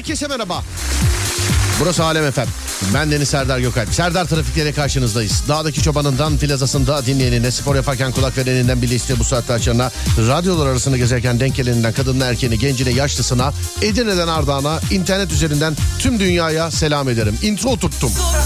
Herkese merhaba. Burası Alem FM. Ben Deniz Serdar Gökalp. Serdar Trafik'te karşınızdayız. Dağdaki çobanından plazasında dinleyenine, spor yaparken kulak vereninden bile iste bu saatte açana, radyolar arasında gezerken denk geleninden kadınına, erkeğine, gencine, yaşlısına, Edirne'den Ardahan'a, internet üzerinden tüm dünyaya selam ederim. Intro oturttum.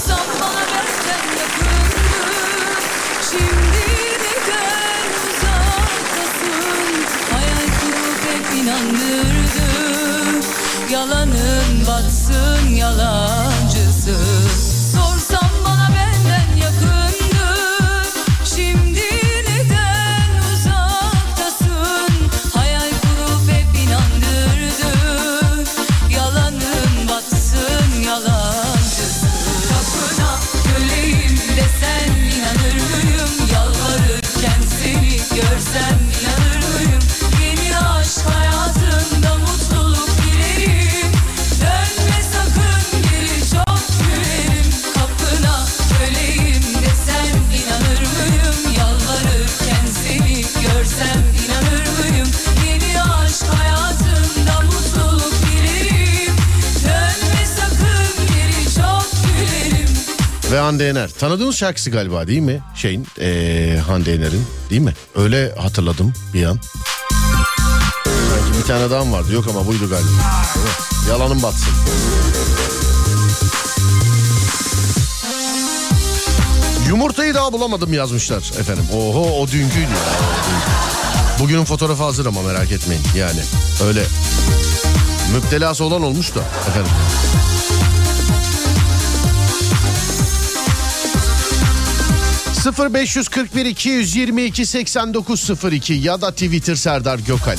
Yalanın batsın yalancısı. Sorsam bana benden yakındı, şimdi neden uzaktasın? Hayal kurup hep inandırdı, yalanın batsın yalancısı. Kapına köleyim desen inanır mıyım? Yalvarırken seni görsem inanır mıyım? Yeni aşk hayatında mutluluk dilerim. Dönme sakın geri, çok gülerim. Kapına köleyim desen inanır mıyım? Yalvarırken seni görsem inanır mıyım? Yeni aşk hayatında mutluluk dilerim. Dönme sakın geri, çok gülerim. Ve Hande Yener. Tanıdığınız şarkısı galiba değil mi? Hande Yener'in değil mi? Öyle hatırladım bir an. Sanki bir tane daha mı vardı? Yok ama buydu galiba. Evet. Yalanın batsın. Yumurtayı daha bulamadım yazmışlar efendim. Oho, o dünküydü ya. Bugünün fotoğrafı hazır ama merak etmeyin. Yani öyle müptelası olan olmuş da efendim. ...0541-222-8902 ya da Twitter Serdar Gökalp.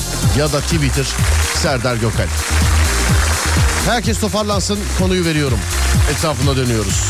Herkes toparlansın, konuyu veriyorum. Etrafında dönüyoruz.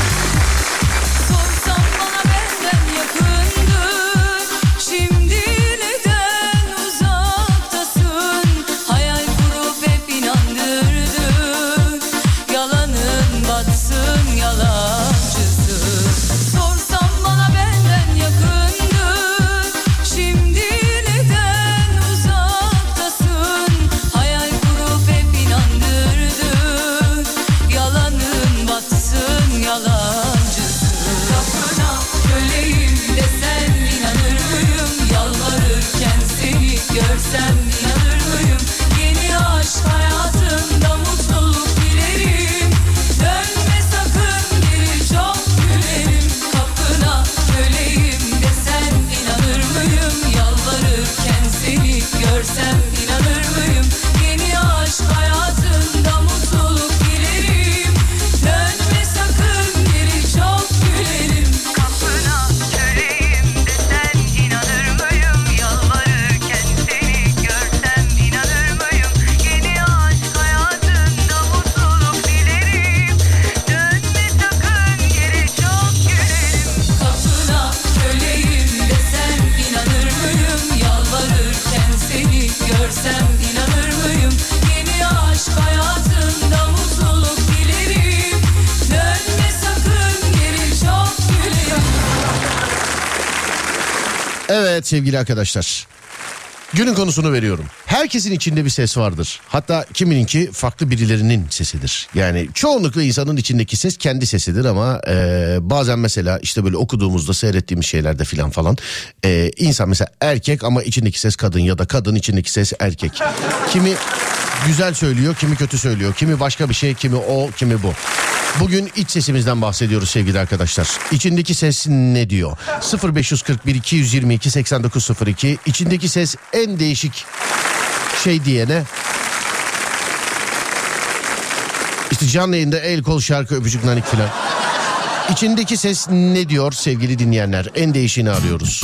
Sorsam bana benden yakındı, şimdi neden uzaktasın? Hayal kurup hep inandırdı, yalanın batsın yalancısı. Sorsam bana benden yakındı, şimdi neden uzaktasın? Hayal kurup hep inandırdı, yalanın batsın yalancısı. Kapına köleyim desen inanır mıyım? Yalvarırken seni görsem inanır mıyım? Yeni aşk hayatında mutluluk dilerim. Dönme sakın geri, çok gülerim. Kapına köleyim desen inanır mıyım? Yalvarırken seni görsem inanır mıyım? Yeni aşk hayatında mutluluk dilerim. Dönme sakın geri, çok gülerim. Kapına köleyim desen inanır mıyım? Yalvarırken seni görsem inanır mıyım? Yeni aşk hayatında mutluluk dilerim. Dönme sakın geri, çok gülerim. Kapına köleyim desen inanır mıyım? Yalvarırken seni görsem inanır mıyım? Yeni aşk hayatında mutluluk dilerim. Dönme sakın geri, çok gülerim. Evet sevgili arkadaşlar. Günün konusunu veriyorum. Herkesin içinde bir ses vardır. Hatta kimininki farklı birilerinin sesidir. Yani çoğunlukla insanın içindeki ses kendi sesidir ama bazen mesela işte böyle okuduğumuzda, seyrettiğimiz şeylerde falan insan mesela erkek ama içindeki ses kadın ya da kadın içindeki ses erkek. Kimi güzel söylüyor, kimi kötü söylüyor, kimi başka bir şey, kimi o, kimi bu. Bugün iç sesimizden bahsediyoruz sevgili arkadaşlar. İçindeki ses ne diyor? 0541-222-8902. İçindeki ses en değişik şey diyene, İşte canlı yayında el kol şarkı öpücük nanik filan. İçindeki ses ne diyor sevgili dinleyenler? En değişini arıyoruz.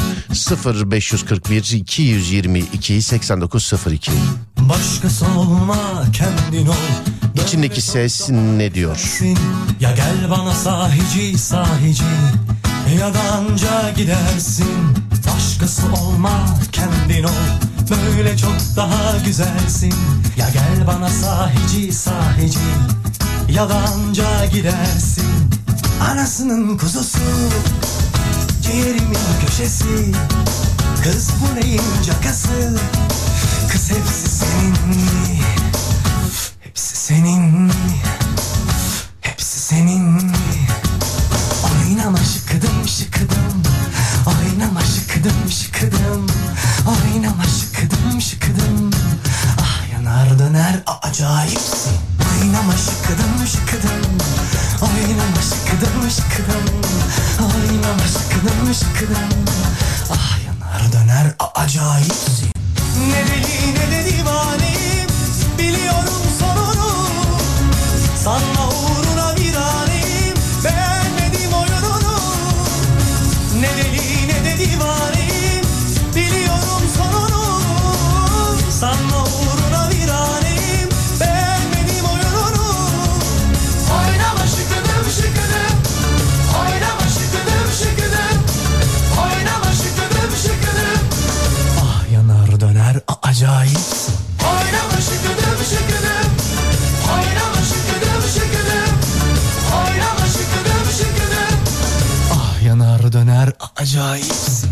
0541-222-8902. Başkası olma, kendin ol. İçindeki ses ne diyor? Ya gel bana sahici sahici, ya da anca gidersin. Başkası olma, kendin ol. Böyle çok daha güzelsin. Ya gel bana sahici sahici, ya da anca gidersin. Anasının kuzusu, ciğerimin köşesi. Kız bu neyin cakası? Kız hepsi senin mi? Hepsi senin mi? Hepsi senin mi? Oynama şıkıdım şıkıdım, oynama şıkıdım şıkıdım, oynama şıkıdım şıkıdım. Ah yanar döner acayipsin. Oynama şıkıdım şıkıdım, oynama şıkıdım şıkıdım, oynama şıkıdım şıkıdım. Ah yanar döner acayipsin. Ne deli ne de divaneyim, biliyorum sonunu. Sanma uğruna bir aneyim, beğenmedim oyununu. Ne deli ne de divaneyim, biliyorum sonunu. Sanma uğruna bir aneyim, beğenmedim oyununu. Oynama şıkıdım şıkıdım, oynama şıkıdım şıkıdım, oynama şıkıdım şıkıdım. Ah yanar döner acayipsin. Oynama şıkıdım şıkıdım, oynama şıkıdım şıkıdım, oynama şıkıdım şıkıdım. Ah yanar döner acayipsin.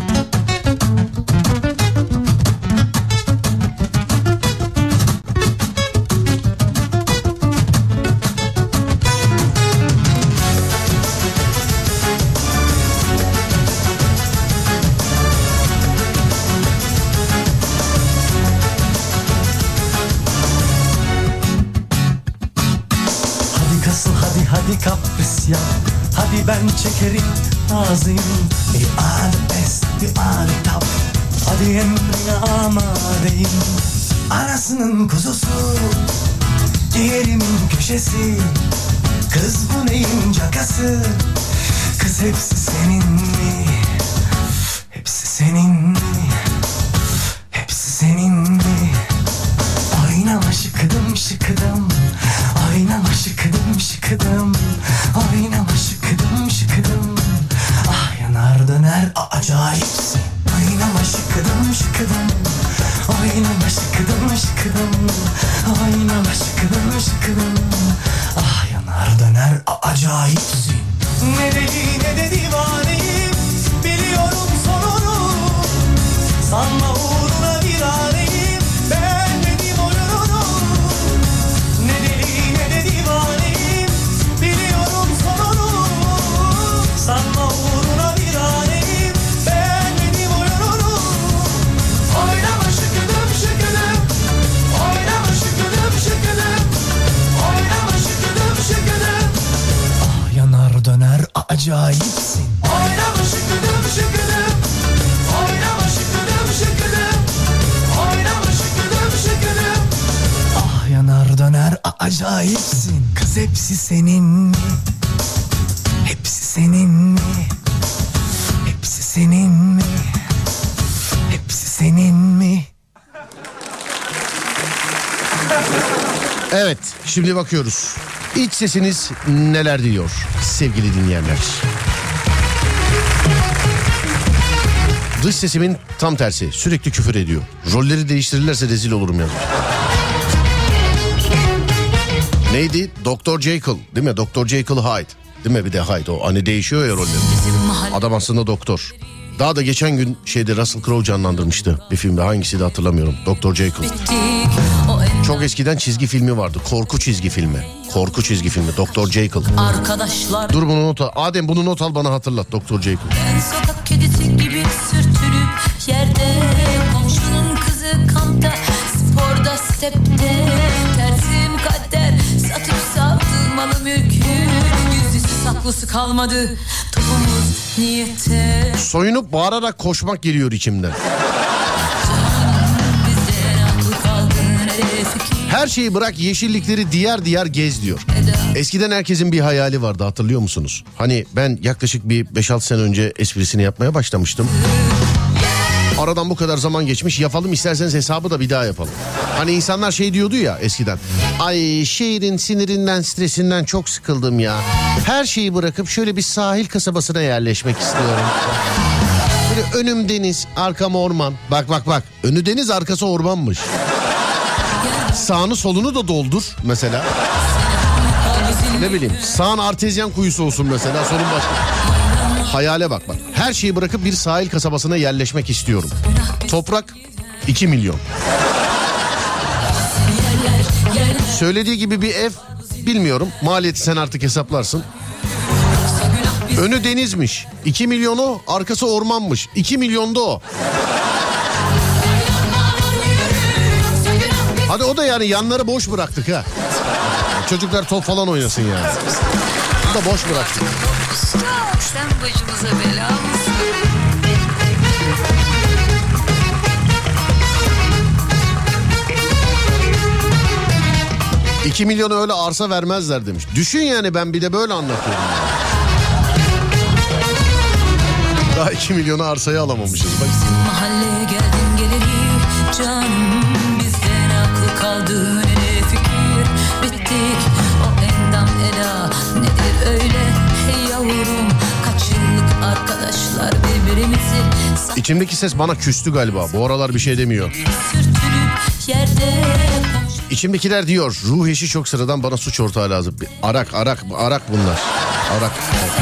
Hadi kapris yap, hadi ben çekerim ağzıyım. You are the best, you are the top. Hadi emrine amadeyim. Anasının kuzusu, ciğerimin köşesi. Kız bu neyin cakası? Kız hepsi senin mi? Hepsi senin mi? Hepsi senin mi? Oynama şıkıdım şıkıdım, oynama şıkıdım şıkıdım, oynama şıkıdım şıkıdım. Ah yanar döner acayipsin. Oynama şıkıdım şıkıdım, oynama şıkıdım şıkıdım, oynama şıkıdım şıkıdım. Ah yanar döner acayipsin. Ne deli ne de divaneyim, biliyorum sonunu. Sanma uğruna bir aneyim, beğenmedim oyununu. Ne deli ne de divaneyim, biliyorum sonunu. Sanma uğruna bir aneyim, beğenmedim oyununu. Oynama şıkıdım şıkıdım, oynama şıkıdım şıkıdım, oynama şıkıdım şıkıdım. Ah yanar döner acayipsin. Oynama şıkıdım şıkıdım, oynama şıkıdım şıkıdım, oynama şıkıdım şıkıdım. Ah yanar döner acayipsin. Kız hepsi senin mi? Hepsi senin mi? Hepsi senin mi? Hepsi senin mi? Evet, şimdi bakıyoruz. İç sesiniz neler diyor sevgili dinleyenler. Dış sesimin tam tersi, sürekli küfür ediyor. Rolleri değiştirirlerse rezil olurum yazmış. Neydi? Dr. Jekyll değil mi? Dr. Jekyll Hyde. Değil mi? Bir de Hyde o. Hani değişiyor ya rolleri. Adam aslında doktor. Daha da geçen gün Russell Crowe canlandırmıştı bir filmde. Hangisiydi hatırlamıyorum. Dr. Jekyll. Çok eskiden çizgi filmi vardı. Korku çizgi filmi. Korku çizgi filmi. Dr. Jekyll. Arkadaşlar. Dur bunu not al. Adem bunu not al, bana hatırlat. Dr. Jekyll. Ben sokak kedisi gibi sürtünüp yerde, komşunun kızı kampta, sporda, stepte, tersim kader, satıp savdım malı mülkü, yüzlüsü saklısı kalmadı, topumuz niyete. Soyunup bağırarak koşmak geliyor içimden. Her şeyi bırak, yeşillikleri diyar diyar gez diyor. Eskiden herkesin bir hayali vardı, hatırlıyor musunuz? Hani ben yaklaşık bir 5-6 sene önce esprisini yapmaya başlamıştım. Aradan bu kadar zaman geçmiş, yapalım isterseniz hesabı da bir daha yapalım. Hani insanlar şey diyordu ya eskiden. Ay şehrin sinirinden, stresinden çok sıkıldım ya. Her şeyi bırakıp şöyle bir sahil kasabasına yerleşmek istiyorum. Böyle önüm deniz, arkam orman. Bak. Önü deniz, arkası ormanmış. Sağını solunu da doldur mesela. Ne bileyim, sağın artezyen kuyusu olsun mesela, sorun başka. Hayale bak. Her şeyi bırakıp bir sahil kasabasına yerleşmek istiyorum. Toprak 2 milyon. Söylediği gibi bir ev bilmiyorum. Maliyeti sen artık hesaplarsın. Önü denizmiş. 2 milyonu, arkası ormanmış. 2 milyonda o. Hadi o da yani yanları boş bıraktık ha. Çocuklar top falan oynasın yani. Bu da boş bıraktık. Sen başımıza bela mısın? 2 milyonu öyle arsa vermezler demiş. Düşün yani, ben bir de böyle anlatıyorum. Daha 2 milyonu arsayı alamamışız. Bak. Mahalleye geldin geleli canım, bizden aklı kaldı ne fikir, bittik o endam eda nedir öyle hey yavrum, kaç yıllık arkadaşlar birbirimizi İçimdeki ses bana küstü galiba. Bu aralar bir şey demiyor. sürtünüp yerde. İçimdekiler diyor ruh eşi çok sıradan, bana suç ortağı lazım. Arak bunlar. Arak.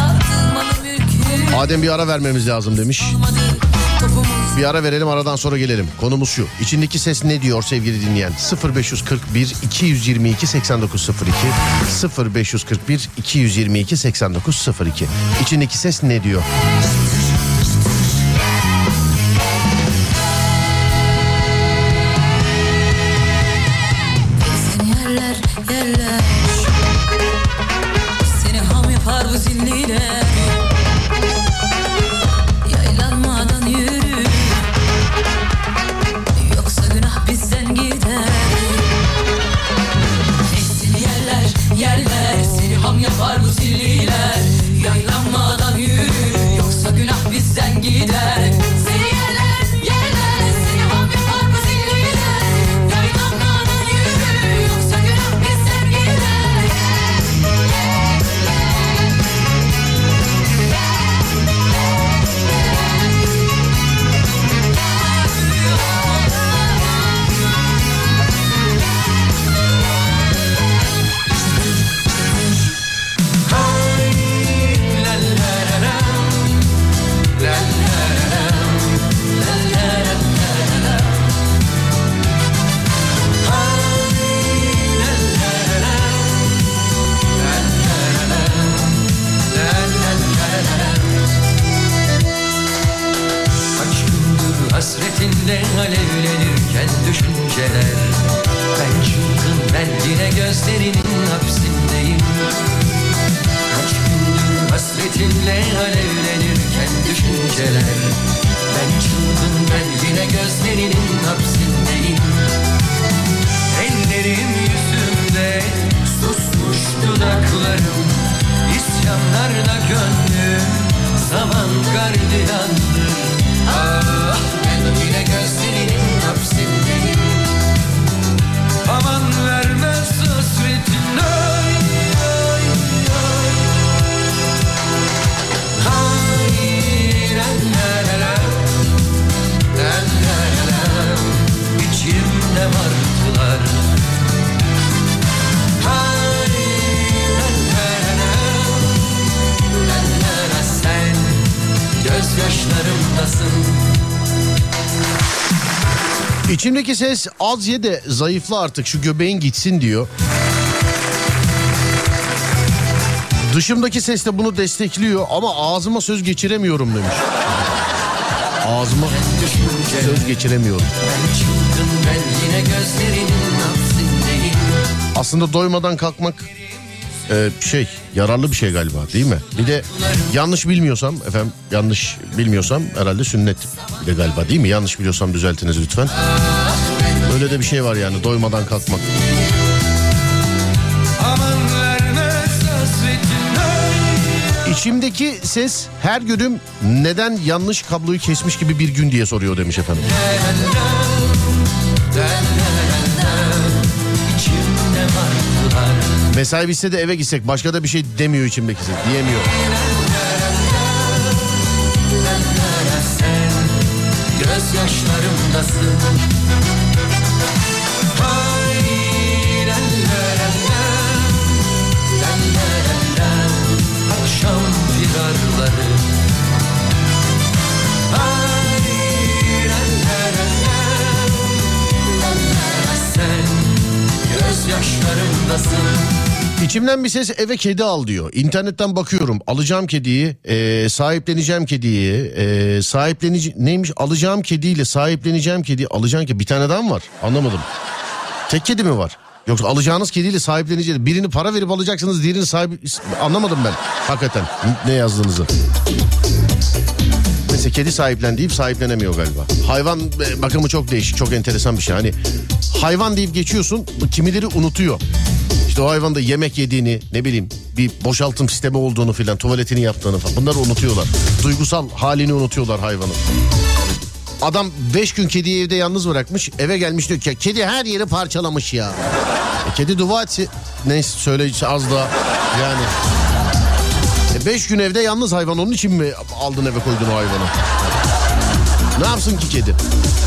Adem bir ara vermemiz lazım demiş. Bir ara verelim, aradan sonra gelelim. Konumuz şu: İçindeki ses ne diyor sevgili dinleyen? 0541 222 8902 0541 222 8902. İçindeki ses ne diyor? Seni yerler seni ham yapar bu zilliler. Yaylanmadan yürü, yoksa günah bizden gider. Seni yerler seni ham yapar bu zilliler. Yaylanmadan yürü, yoksa günah bizden gider. Seni yerler seni ham yapar bu zilliler. Yaylanmadan yürü, yoksa günah bizden gider. Kaç gündür hasretinle alevlenirken düşünceler. Ben çılgın, ben yine gözlerinin hapsindeyim. Kaç gündür hasretinle alevlenirken düşünceler. Ben çılgın, ben yine gözlerinin hapsindeyim. Ellerim yüzümde, susmuş dudaklarım, isyanlarla gönlüm, zaman gardiyandır. Ah, ben yine gözlerinin hapsindeyim. Aman vermez hasretin, ay, ay, ay. Ay, la, la, la, la, la, la, la. İçimde martılar. Ay, la, la, la, la, la, la, la. Sen gözyaşlarımdasın. İçimdeki ses az ye de zayıfla artık, şu göbeğin gitsin diyor. Dışımdaki ses de bunu destekliyor ama ağzıma söz geçiremiyorum demiş. Ağzıma söz geçiremiyorum. Ben çılgın, ben yine gözlerinin hapsindeyim. Aslında doymadan kalkmak yararlı bir şey galiba, değil mi? Bir de yanlış bilmiyorsam herhalde sünnet bir de galiba, değil mi? Yanlış biliyorsam düzeltiniz lütfen. Böyle de bir şey var yani, doymadan kalkmak. Aman vermez hasretin, ay. İçimdeki ses her günüm neden yanlış kabloyu kesmiş gibi bir gün diye soruyor demiş efendim. İçimde martılar. Mesai bitse de eve gitsek başka da bir şey demiyor içimdeki ses, diyemiyor. Sen gözyaşlarımdasın. Ay, la, la, la, la, la, la, la, la. Akşam firarları. Ay, la, la, la, la, la, la, la. Sen gözyaşlarımdasın. İçimden bir ses eve kedi al diyor. İnternetten bakıyorum. Alacağım kediyi, sahipleneceğim kediyi, neymiş? Alacağım kediyle sahipleneceğim kediyi. Alacağım kedi. Bir tane daha mı var? Anlamadım. Tek kedi mi var? Yoksa alacağınız kediyle sahipleneceğiniz. Birini para verip alacaksınız, diğerini anlamadım ben. Hakikaten ne yazdığınızı. Mesela kedi sahiplen deyip sahiplenemiyor galiba. Hayvan bakımı çok değişik, çok enteresan bir şey. Hani hayvan deyip geçiyorsun, kimileri unutuyor. İşte o hayvan da yemek yediğini, ne bileyim bir boşaltım sistemi olduğunu filan, tuvaletini yaptığını falan. Bunları unutuyorlar. Duygusal halini unutuyorlar hayvanın. Adam 5 gün kediyi evde yalnız bırakmış, eve gelmiş diyor ki kedi her yeri parçalamış ya. Kedi dua etse, neyse söyle az daha yani. 5 gün evde yalnız hayvan, onun için mi aldın eve koydun o hayvanı? Ne yapsın ki kedi?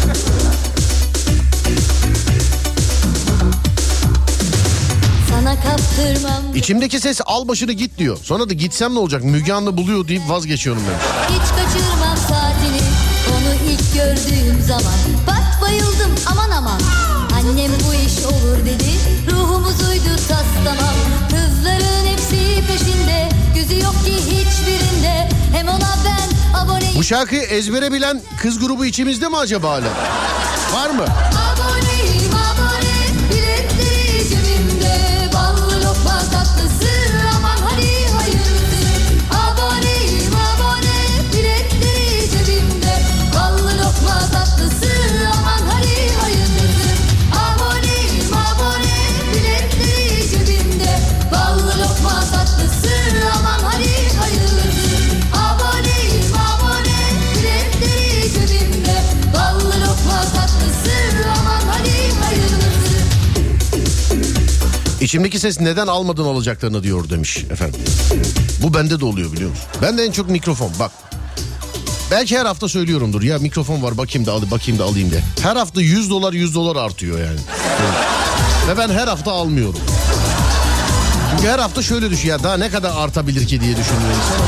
Sana kaptırmam. İçimdeki ses al başını git diyor. Sonra da gitsem ne olacak? Müge Anlı buluyor deyip vazgeçiyorum demiş. Hiç kaçırmam saatini. Onu ilk gördüğüm zaman. Bak bayıldım aman aman. Annem bu iş olur dedi. Ruhumuz uydu tas tamam. Kızların hepsi peşinde. Gözü yok ki hiçbirinde. Hem ona ben aboneyim. Bu şarkıyı ezbere bilen kız grubu içimizde mi acaba hala? Var mı? Aboneyim abone. Biletleri cebimde. Ballı lokma tatlısı. Aman hadi hayırlısı. Aboneyim abone. Biletleri cebimde. Ballı lokma tatlısı. Aman hadi hayırlısı. Aboneyim abone. Biletleri cebimde. Ballı lokma tatlısı. Aman hadi hayırlısı. Aboneyim abone. Biletleri cebimde. Ballı lokma tatlısı. Aman hadi hayırlısı. İçimdeki ses neden almadın alacaklarını diyor demiş efendim. Bu bende de oluyor biliyor musun? Ben de en çok mikrofon bak. Belki her hafta söylüyorumdur ya, mikrofon var bakayım da alayım de. Her hafta $100 artıyor yani. Ve ben her hafta almıyorum. Çünkü her hafta şöyle düşüyor ya, daha ne kadar artabilir ki diye düşünüyor insan.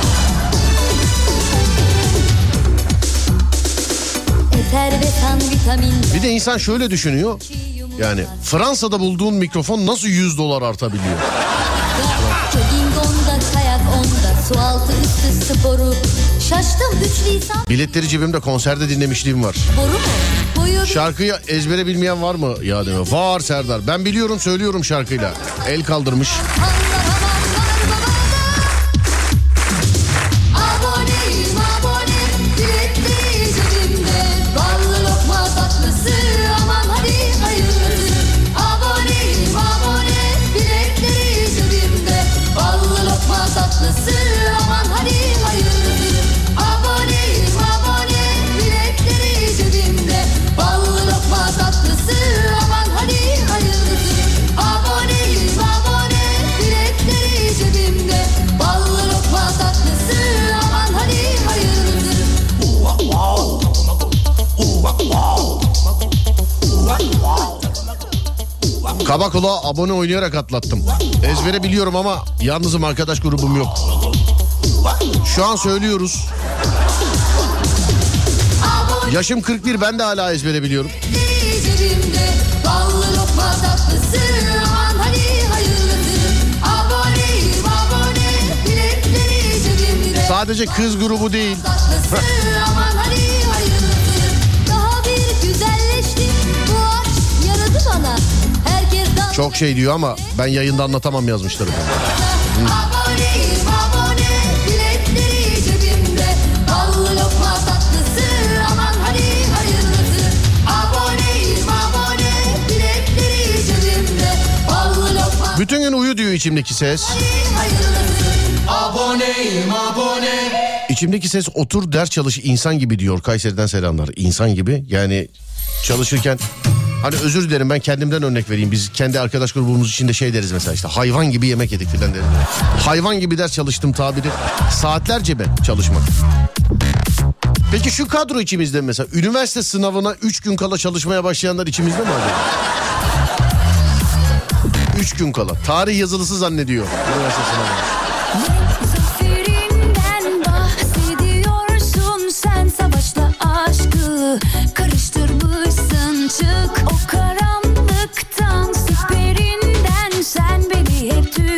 Eter ve kan vitamin. Bir de insan şöyle düşünüyor. Yani Fransa'da bulduğun mikrofon nasıl $100 artabiliyor? Jogging onda, kayak onda, su altı üstü sporu. Şaştım 3 lisan. Biletleri cebimde, konserde dinlemişliğim var. Boru mu? Boyu Şarkıyı ezbere bilmeyen var mı ya demiyor. Var Serdar. Ben biliyorum, söylüyorum şarkıyla. El kaldırmış. anlamam var babada. Aboneyim abone. Biletleri cebimde. Ballı lokma tatlısı. Aman hadi hayırlısı. Aboneyim abone. Biletleri cebimde. Ballı lokma tatlısı. Aman hadi hayırlısı. Aboneyim abone. Biletleri cebimde. Ballı lokma tatlısı. Aman hadi hayırlısı. Aboneyim abone. Biletleri cebimde. Ballı lokma tatlısı. Aman hadi hayırlısı. Kabakula abone oynayarak atlattım. Ezbere biliyorum ama yalnızım, arkadaş grubum yok. Şu an söylüyoruz. Yaşım 41, ben de hala ezbere biliyorum. Biletleri cebimde. Ballı lokma tatlısı. Aman hadi hayırlısı. Aboneyim abone. Biletleri cebimde. Sadece kız grubu değil. Tatlısı. Aman hadi hayırlısı. Daha bir güzelleştim. Bu aşk yaradı bana. Herkes dans. Çok şey diyor ama ben yayında anlatamam yazmışlar. Aboneyim abone. Biletleri cebimde. Ballı lokma tatlısı. Aman hadi hayırlısı. Aboneyim abone. Biletleri cebimde. Ballı lokma Bütün gün uyu diyor içimdeki ses. hayırlısı. Aboneyim abone. İçimdeki ses otur ders çalış insan gibi diyor. Kayseri'den selamlar. İnsan gibi yani çalışırken, hani özür dilerim ben kendimden örnek vereyim. Biz kendi arkadaş grubumuz içinde şey deriz mesela, işte hayvan gibi yemek yedik filan deriz. Hayvan gibi ders çalıştım tabiri. Saatlerce be çalışmak. Peki şu kadro içimizde mesela üniversite sınavına 3 gün kala çalışmaya başlayanlar içimizde mi acaba? 3 gün kala. Tarih yazılısı zannediyor üniversite sınavına. Zaferinden bahsediyorsun sen, savaşla aşkı karıştırmışsın. Çık o karanlıktan, siperinden sen beni hep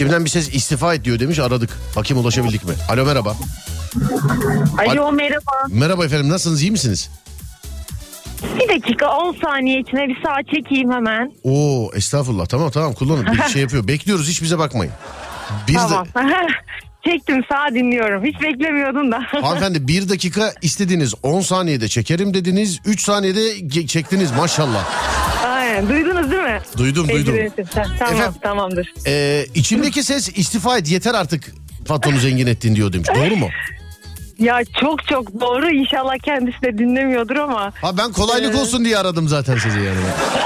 İçimden bir ses istifa et diyor demiş, aradık. Bakayım ulaşabildik mi? Alo merhaba. Alo merhaba. Merhaba efendim, nasılsınız, iyi misiniz? Bir dakika 10 saniye içine bir saat çekeyim hemen. Oo estağfurullah, tamam kullanın. Bir şey yapıyor. Bekliyoruz, hiç bize bakmayın. Tamam. Çektim, sağ dinliyorum. Hiç beklemiyordum da. Hanımefendi 1 dakika istediniz, 10 saniyede çekerim dediniz, 3 saniyede çektiniz maşallah. Aynen, duydunuz değil mi? Duydum. Tamam, Efendim? tamamdır. İçimdeki ses istifa et, yeter artık patronu zengin ettin diyor demiş. Doğru mu? Ya çok doğru. İnşallah kendisi de dinlemiyordur ama. Ha ben kolaylık olsun diye aradım zaten sizi yani.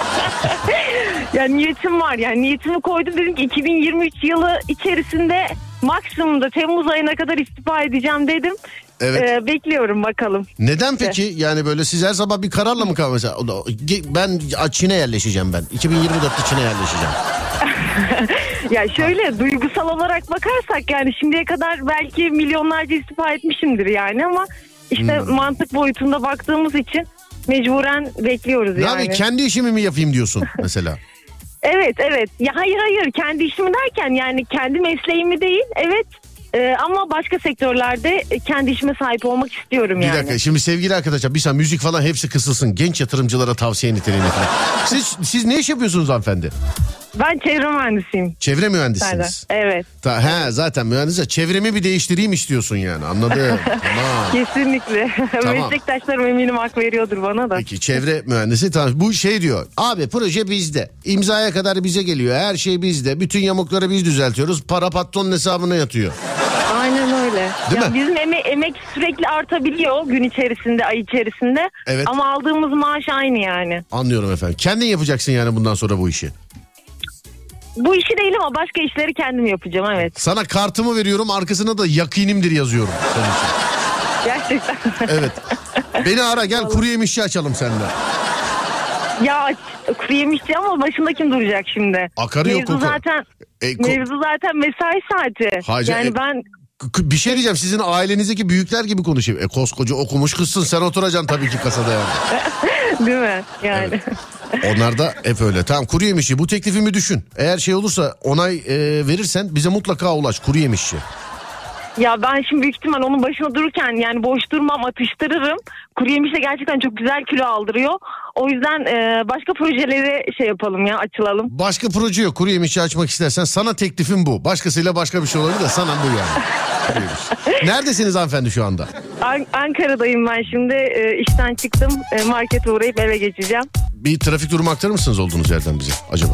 Ya niyetim var, yani niyetimi koydum, dedim ki 2023 yılı içerisinde maksimumda Temmuz ayına kadar istifa edeceğim dedim. Evet. Bekliyorum bakalım. Neden peki? Yani böyle siz her sabah bir kararla mı kalmışsınız? Ben Çin'e yerleşeceğim ben. 2024'te Çin'e yerleşeceğim. Ya şöyle duygusal olarak bakarsak yani şimdiye kadar belki milyonlarca istifa etmişimdir yani ama işte mantık boyutunda baktığımız için mecburen bekliyoruz Ne yani. abi, kendi işimi mi yapayım diyorsun mesela? Evet. Ya hayır kendi işimi derken yani kendi mesleğimi değil, evet. Ama başka sektörlerde kendi işime sahip olmak istiyorum yani. Bir dakika, şimdi sevgili arkadaşlar, bir saniye, müzik falan hepsi kısılsın. Genç yatırımcılara tavsiye niteliğinde falan. Siz ne iş yapıyorsunuz hanımefendi? Ben çevre mühendisiyim. Çevre mühendisiniz. Evet. Zaten mühendis. Çevremi bir değiştireyim istiyorsun yani, anladım. Tamam. Kesinlikle. Tamam. Meslektaşlarım eminim hak veriyordur bana da. Peki çevre mühendisi, tamam. Bu şey diyor. Abi proje bizde. İmzaya kadar bize geliyor. Her şey bizde. Bütün yamukları biz düzeltiyoruz. Para patronun hesabına yatıyor. Aynen öyle. Değil ya mi? bizim emek sürekli artabiliyor gün içerisinde, ay içerisinde. Evet. Ama aldığımız maaş aynı yani. Anlıyorum efendim. Kendin yapacaksın yani bundan sonra bu işi. Bu işi değil ama başka işleri kendim yapacağım, evet. Sana kartımı veriyorum, arkasına da yakinimdir yazıyorum. Senin için. Gerçekten. Evet. Beni ara, gel kuru yemişçi açalım seninle. Ya kuru yemişçi ama başında kim duracak şimdi? Akarı yok Mevzu koku. zaten mevzu zaten mesai saati. Hacı, yani ben bir şey diyeceğim, sizin ailenizdeki büyükler gibi konuşayım. Koskoca okumuş kızsın, sen oturacaksın tabii ki kasada yani. değil mi? Yani. Evet. Onlar da hep öyle. Tamam, kuru yemişçi, bu teklifimi düşün. Eğer şey olursa, onay verirsen bize mutlaka ulaş, kuru yemişçi. Ya ben şimdi büyük ihtimal onun başına dururken yani boş durmam, atıştırırım. Kuru yemiş de gerçekten çok güzel kilo aldırıyor. O yüzden başka projelere şey yapalım ya, açılalım. Başka proje yok. Kuru yemişçi açmak istersen sana teklifim bu. Başkasıyla başka bir şey olabilir de sana bu yani. Neredesiniz hanımefendi şu anda? Ankara'dayım ben şimdi. İşten çıktım. Markete uğrayıp eve geçeceğim. Bir trafik durumu aktarır mısınız olduğunuz yerden bize acaba?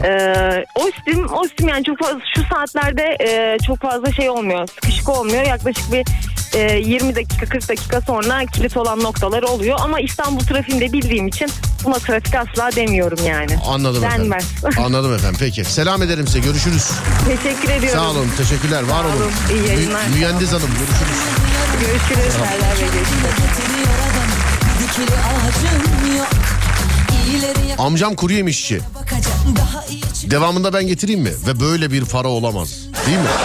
Ostim yani çok fazla şu saatlerde çok fazla şey olmuyor. Sıkışık olmuyor. Yaklaşık bir 20 dakika 40 dakika sonra kilit olan noktalar oluyor. Ama İstanbul trafiğinde bildiğim için buna trafik asla demiyorum yani. Anladım efendim. Denmez. Anladım efendim. Peki. Selam ederim size. Görüşürüz. Teşekkür ediyorum. Sağ olun. Teşekkürler. Var olun. İyi yayınlar. Mühendis Hanım. Görüşürüz. Görüşürüz. Serdar Bey, görüşürüz. Amcam kuru yemişçi. Devamında ben getireyim mi? Ve böyle bir para olamaz. Değil mi?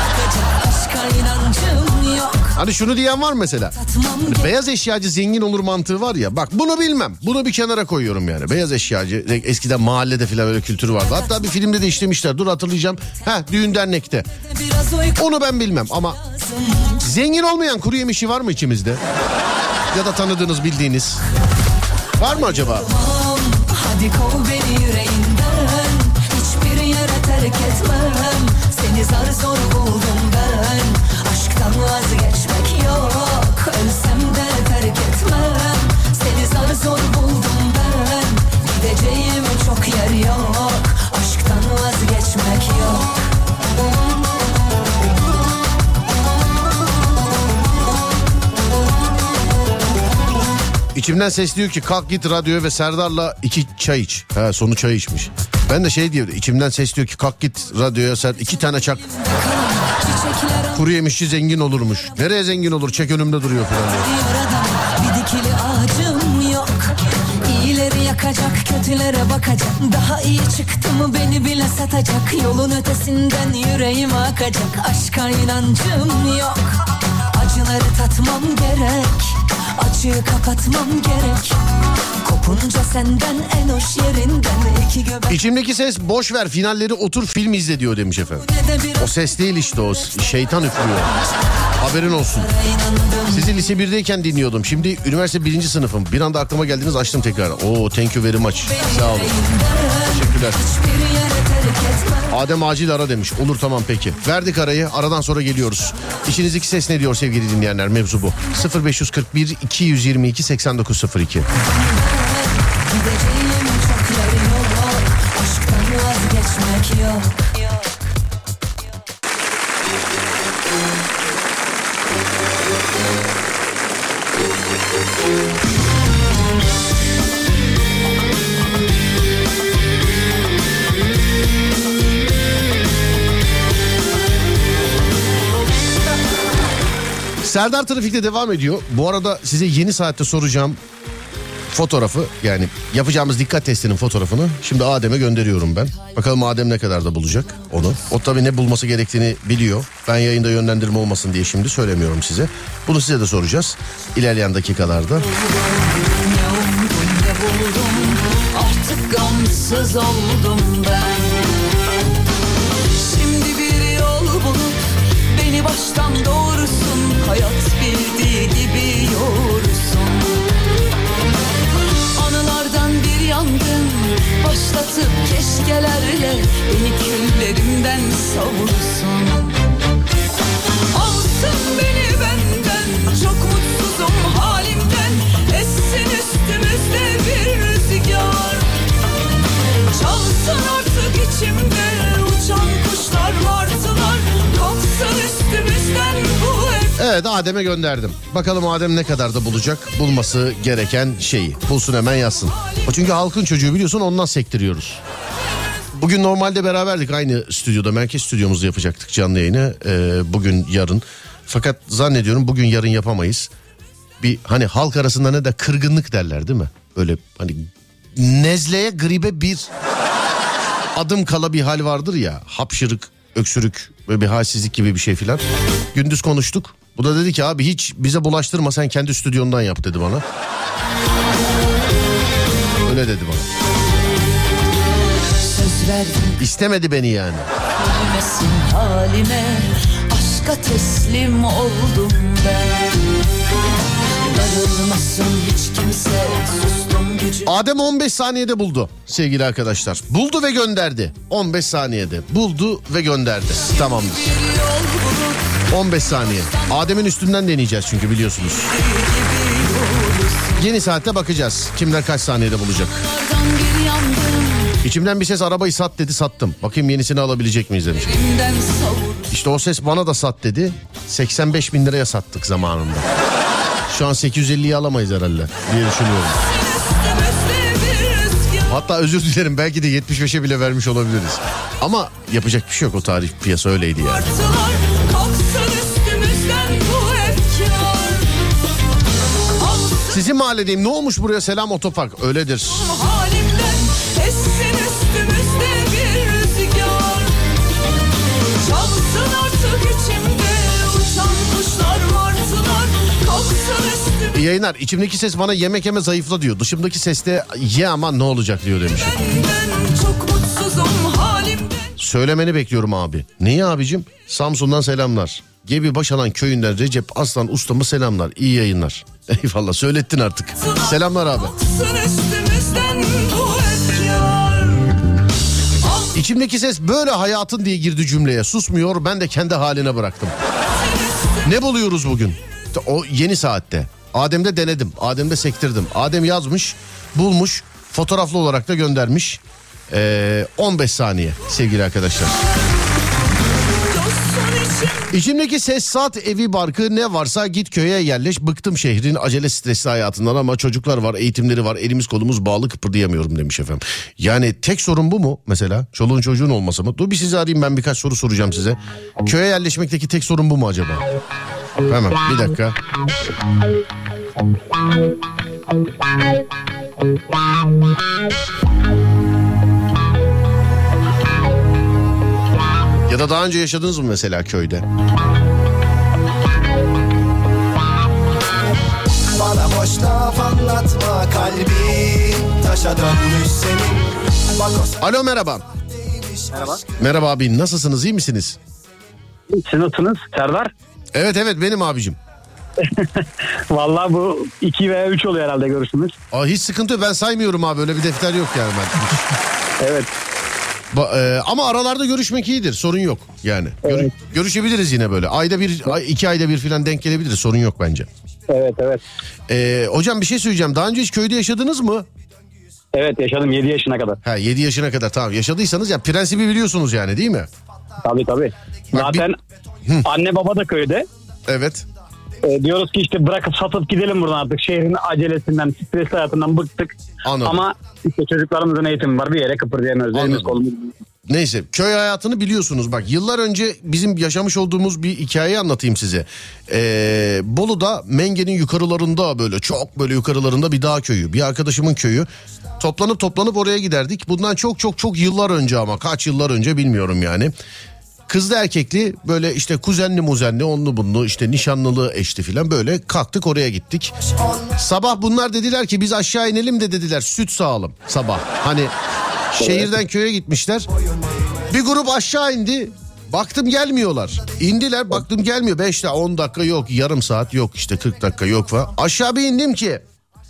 Hani şunu diyen var mesela. Hani beyaz eşyacı zengin olur mantığı var ya. Bak bunu bilmem. Bunu bir kenara koyuyorum yani. Beyaz eşyacı. Eskiden mahallede falan böyle kültür vardı. Hatta bir filmde de işlemişler. Dur hatırlayacağım. Düğün dernekte. Onu ben bilmem ama zengin olmayan kuru yemişçi var mı içimizde? Ya da tanıdığınız, bildiğiniz. Var mı acaba? Hadi kov beni yüreğinden, hiçbir yere terk etmem. Seni zar zor buldum ben, aşktan vazgeçmek yok. Ölsem de terk etmem, seni zar zor buldum ben. Gideceğim çok yer yok, aşktan vazgeçmek yok. İçimden ses diyor ki kalk git radyoya ve Serdar'la 2 çay iç. Sonu çay içmiş. Ben de şey diyor, içimden ses diyor ki kalk git radyoya 2 tane çak. Kuru yemişçi zengin olurmuş. Nereye zengin olur? Çek önümde duruyor falan diyor. Bir dikili ağacım yok, İyileri yakacak, kötülere bakacak. Daha iyi çıktı mı beni bile satacak. Yolun ötesinden yüreğim akacak. Aşka inancım yok, acıları tatmam gerek, acıyı kapatmam gerek. Kopunca senden en hoş yerinden iki göbek. İçimdeki ses boş ver finalleri otur film izle diyor demiş efendim. O ses değil işte, o şeytan üflüyor. Haberin olsun. Sizi lise 1'deyken dinliyordum. Şimdi üniversite 1. sınıfım. Bir anda aklıma geldiniz, açtım tekrar. Oo, thank you very much. Sağ olun. Teşekkürler. Adem acil ara demiş. Olur, tamam peki. Verdik arayı. Aradan sonra geliyoruz. İçinizdeki ses ne diyor sevgili dinleyenler? Mevzu bu. 0541 222 8902. Gideceğim çok yer yol, aşktan vazgeçmek yok. Serdar Trafik'te devam ediyor. Bu arada size yeni saatte soracağım fotoğrafı, yani yapacağımız dikkat testinin fotoğrafını şimdi Adem'e gönderiyorum ben. Bakalım Adem ne kadar da bulacak onu. O tabii ne bulması gerektiğini biliyor. Ben yayında yönlendirme olmasın diye şimdi söylemiyorum size. Bunu size de soracağız ilerleyen dakikalarda. Artık gamsız oldum ben. Şimdi bir yol bulup beni baştan doğursun. Hayat bildiği gibi yoğursun. Anılardan bir yangın başlatıp keşkelerle beni küllerimden savursun. Alsın beni benden, çok mutsuzum halimden. Essin üstümüzde bir rüzgar. Çalsın artık içimde uçan kuşlar, martılar. Kalksın üstümüzden bu ev. Evet, Adem'e gönderdim. Bakalım Adem ne kadar da bulacak bulması gereken şeyi. Bulsun, hemen yazsın. O çünkü halkın çocuğu, biliyorsun, ondan sektiriyoruz. Bugün normalde beraberdik aynı stüdyoda. Merkez stüdyomuzda yapacaktık canlı yayını. Bugün yarın. Fakat zannediyorum bugün yarın yapamayız. Bir hani halk arasında ne de kırgınlık derler değil mi? Böyle hani nezleye, gribe bir adım kala bir hal vardır ya. Hapşırık, öksürük ve bir halsizlik gibi bir şey filan. Gündüz konuştuk. Bu da dedi ki abi hiç bize bulaştırma, sen kendi stüdyondan yap dedi bana. Öyle dedi bana. Söz verdim İstemedi beni yani. bilmesin halime. Aşka teslim oldum ben. Darılmasın hiç kimse, sustum gücüm. Adem 15 saniyede buldu sevgili arkadaşlar. Buldu ve gönderdi. 15 saniyede buldu ve gönderdi. Tamamdır. 15 saniye. Adem'in üstünden deneyeceğiz çünkü biliyorsunuz. Yeni saatte bakacağız. Kimler kaç saniyede bulacak. Bir yangın İçimden bir ses arabayı sat dedi, sattım. Bakayım yenisini alabilecek miyiz demiş. elimden savur. İşte o ses bana da sat dedi. 85 bin liraya sattık zamanında. Şu an 850'yi alamayız herhalde diye düşünüyorum. Hatta özür dilerim, belki de 75'e bile vermiş olabiliriz. Ama yapacak bir şey yok, o tarih piyasa öyleydi yani. Sizin mahalledeyim, ne olmuş buraya, selam otopark, öyledir. Halimden essin üstümüzde bir rüzgar. Çalsın artık içimde uçan kuşlar, martılar. Kalksın üstümüzde. İyi yayınlar. İçimdeki ses bana yemek yeme zayıfla diyor. Dışımdaki ses de ye aman ne olacak diyor demiş. Benden çok mutsuzum halimden. Söylemeni bekliyorum abi. Neyi abicim? Samsun'dan selamlar. Gebi Başalan köyünden Recep Aslan ustamı selamlar. İyi yayınlar. Eyvallah, söylettin artık. Selamlar abi. İçimdeki ses böyle hayatın diye girdi cümleye. Susmuyor, ben de kendi haline bıraktım. Ne buluyoruz bugün? O yeni saatte. Adem'de denedim. Adem'de sektirdim. Adem yazmış, bulmuş, fotoğraflı olarak da göndermiş. 15 saniye sevgili arkadaşlar. İçimdeki ses, saat, evi, barkı ne varsa git köye yerleş. Bıktım şehrin acele stresli hayatından ama çocuklar var, eğitimleri var, elimiz kolumuz bağlı, kıpırdayamıyorum demiş efendim. Yani tek sorun bu mu mesela? Çoluğun çocuğun olması mı? Dur bir sizi arayayım, ben birkaç soru soracağım size. Köye yerleşmekteki tek sorun bu mu acaba? Hemen bir dakika. Ya da daha önce yaşadınız mı mesela köyde? Bana boş laf anlatma, kalbin taşa dönmüş senin. Bak o Alo, merhaba. Merhaba. Merhaba abi, nasılsınız, iyi misiniz? Siz nasılsınız Serdar? Evet benim abicim. Vallahi bu 2 veya 3 oluyor herhalde görüşümüz. Hiç sıkıntı yok, ben saymıyorum abi, öyle bir defter yok yani ben. Evet. Ama aralarda görüşmek iyidir, sorun yok yani. Evet. Görüşebiliriz yine böyle. Ayda bir, 2 ayda bir falan denk gelebiliriz, sorun yok bence. Evet. Hocam bir şey söyleyeceğim, daha önce hiç köyde yaşadınız mı? Evet, yaşadım 7 yaşına kadar. 7 yaşına kadar, tamam, yaşadıysanız ya prensibi biliyorsunuz yani, değil mi? Tabii. Zaten anne baba da köyde. Evet. Diyoruz ki işte bırakıp satıp gidelim buradan artık. Şehrin acelesinden, stresli hayatından bıktık. Anladım. Ama işte çocuklarımızın eğitimi var, bir yere kıpırdayamıyoruz. Elimiz kolumuz. Neyse, köy hayatını biliyorsunuz. Bak, yıllar önce bizim yaşamış olduğumuz bir hikayeyi anlatayım size. Bolu'da Mengen'in yukarılarında, böyle çok böyle yukarılarında bir dağ köyü, bir arkadaşımın köyü. Toplanıp oraya giderdik. Bundan çok yıllar önce, ama kaç yıllar önce bilmiyorum yani. Kızlı erkekli böyle işte kuzenli muzenli, onlu bunlu, işte nişanlılı eşli filan, böyle kalktık oraya gittik. Sabah bunlar dediler ki biz aşağı inelim de dediler, süt sağalım sabah. Hani şehirden köye gitmişler. Bir grup aşağı indi. Baktım gelmiyorlar. İndiler, baktım gelmiyor. 5 dakika, 10 dakika yok, yarım saat yok, işte 40 dakika yok falan. Aşağı bir indim ki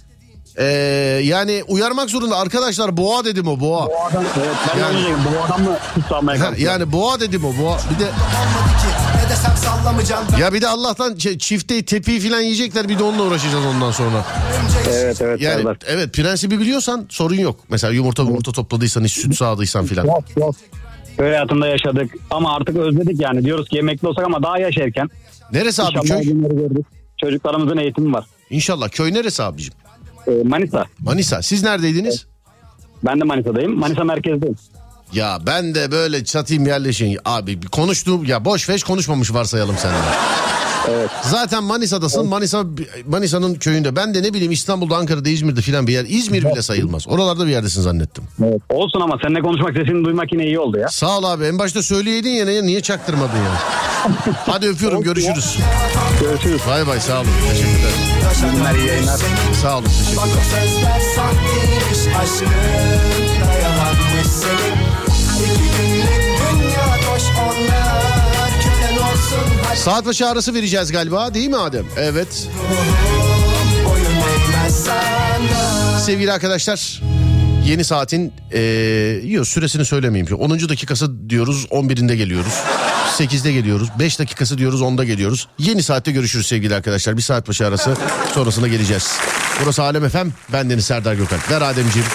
yani uyarmak zorunda arkadaşlar, boğa dedim, o boğa. Boğadan, evet, ben Yani- de onu diyeyim. Boğadan mı tutsamaya kalktım? Yani boğa dedim, o boğa. Bir de ne desem sallamayacağım. ya bir de Allah'tan çifte tepiği falan yiyecekler, bir de onunla uğraşacağız ondan sonra. Evet Yani Serdar. evet, prensibi biliyorsan sorun yok. Mesela yumurta topladıysan, hiç süt sağdıysan filan. Yok. Köy hayatında yaşadık ama artık özledik yani. Diyoruz ki emekli olsak ama daha yaşarken. Neresi abi İnşallah köy? günleri gördük. Çocuklarımızın eğitimi var. İnşallah. Köy neresi abicim? Manisa. Manisa. Siz neredeydiniz? Ben de Manisa'dayım. Manisa merkezdeyim. Ya ben de böyle çatayım yerleşin. Abi konuştuğum ya, boş veş konuşmamış varsayalım seninle. Evet. Zaten Manisa'dasın. Manisa'nın köyünde. Ben de ne bileyim İstanbul'da, Ankara'da, İzmir'de filan bir yer. İzmir bile sayılmaz. Oralarda bir yerdesin zannettim. Evet. Olsun ama seninle konuşmak, sesini duymak yine iyi oldu ya. Sağ ol abi. En başta söyleyeydin ya, niye çaktırmadın ya? Hadi öpüyorum, görüşürüz. Görüşürüz. Bay bay, sağ olun. Teşekkürler. Günler, iyi yayınlar. Sağ olun, Bak teşekkürler. o sözler sahteymiş, aşkın dayanmış senin. 2 günlük dünya boş, onlar kölen olsun. Hadi Saat başı arası vereceğiz galiba, değil mi Adem? Evet. boyun değmez sana. Sevgili arkadaşlar, yeni saatin süresini söylemeyeyim. 10. dakikası diyoruz, 11'inde geliyoruz. 8'de geliyoruz. 5 dakikası diyoruz, 10'da geliyoruz. Yeni saatte görüşürüz sevgili arkadaşlar. Bir saat başı arası sonrasında geleceğiz. Burası Alem FM. Ben Deniz Serdar Gökalp. Ver Ademciğim.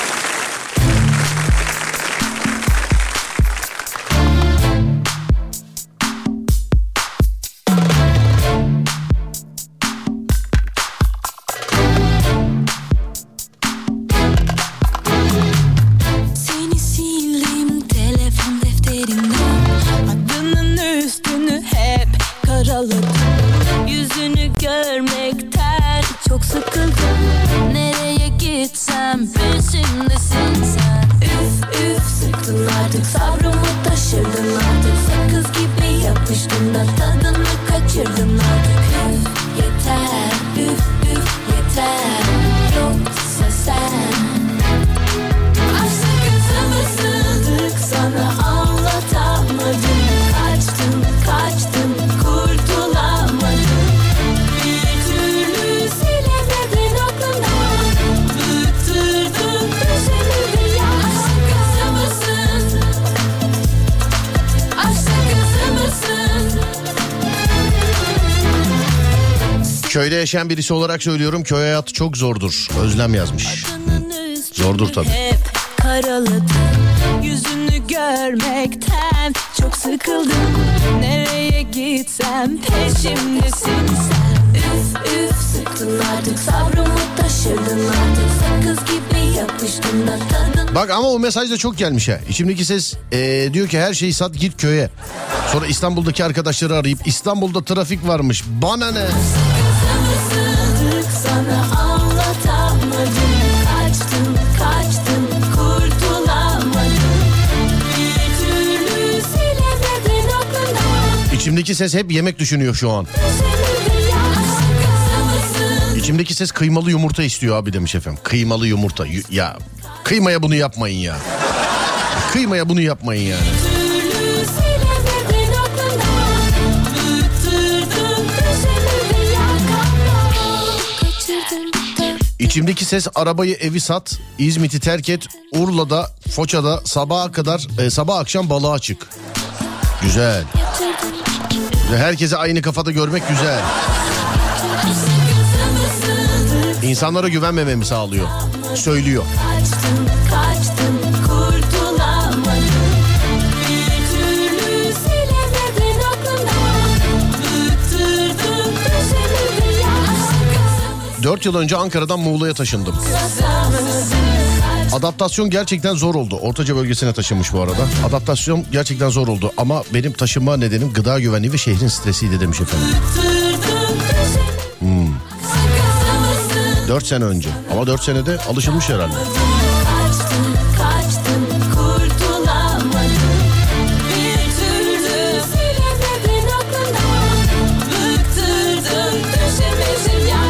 Seni sildim telefon defterimden. Adının üstünü hep karaladım. Yüzünü görmekten çok sıkıldım. Nereye gitsem peşimdesin sen. Üf sıktın artık, sabrımı taşırdın artık. Sakız gibi yapıştın da tadını kaçırdın artık. Üf yeter, üf yeter. Yoksa sen aşk kızımı sığdık, sana anlatamadım. Kaçtım kurtulamadım. Bir türlü silemedin aklından. Bıktırdın peşimi ya. Aşk kızımısın, aşk kızımısın. Köyde yaşayan birisi olarak söylüyorum, köy hayatı çok zordur. Özlem yazmış. Zordur tabii. Hep karaladım. Yüzünü görmekten çok sıkıldım. Nereye gitsem peşimdesin sen. Üf sıktın artık, sabrımı taşırdın artık. Sakız gibi yapıştın da tadın. Bak ama o mesaj da çok gelmiş ha. İçimdeki ses diyor ki her şeyi sat, git köye. Sonra İstanbul'daki arkadaşları arayıp İstanbul'da trafik varmış, bana ne? Sığdık, sana anlatamadım. Kaçtım kurtulamadım. Bir türlü silemedin aklından. İçimdeki ses hep yemek düşünüyor şu an. İçimdeki ses kıymalı yumurta istiyor abi demiş efendim. Kıymalı yumurta. Ya kıymaya bunu yapmayın ya. Kıymaya bunu yapmayın yani. İçimdeki ses arabayı evi sat, İzmit'i terk et, Urla'da, Foça'da sabah akşam balığa çık. Güzel. Ve herkese aynı kafada görmek güzel. İnsanlara güvenmememi sağlıyor. Söylüyor. Kaçtım, kurtulamadım. Bir türlü silemedin aklımdan. Bıktırdım köşemi ya. 4 yıl önce Ankara'dan Muğla'ya taşındım. Adaptasyon gerçekten zor oldu. Ortaca bölgesine taşınmış bu arada. Adaptasyon gerçekten zor oldu. Ama benim taşınma nedenim gıda güvenliği ve şehrin stresiydi demiş efendim. 4 sene önce. Ama 4 senede alışılmış herhalde. Kaçtım, kurtulamadım. Bir türlü silemedin aklımdan. Bıktırdım köşemi ya.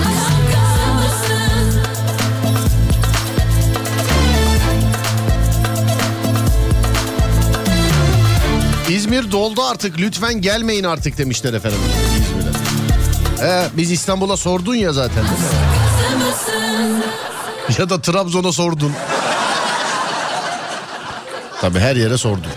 İzmir doldu artık, lütfen gelmeyin artık demişler efendim İzmir'e. Biz İstanbul'a sordun ya zaten değil mi? Ya da Trabzon'a sordun. Tabii her yere sordun.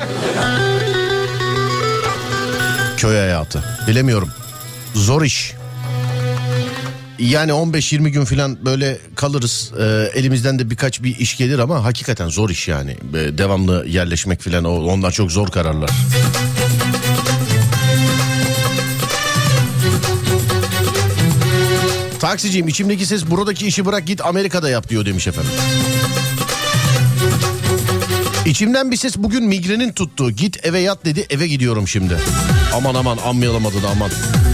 Köy hayatı. Bilemiyorum. Zor iş. Yani 15-20 gün falan böyle kalırız. Elimizden de birkaç bir iş gelir ama hakikaten zor iş yani. Devamlı yerleşmek falan, onlar çok zor kararlar. Taksiciyim, içimdeki ses buradaki işi bırak git Amerika'da yap diyor demiş efendim. İçimden bir ses bugün migrenin tuttu. Git eve yat dedi, eve gidiyorum şimdi. Aman ammayalım adını aman.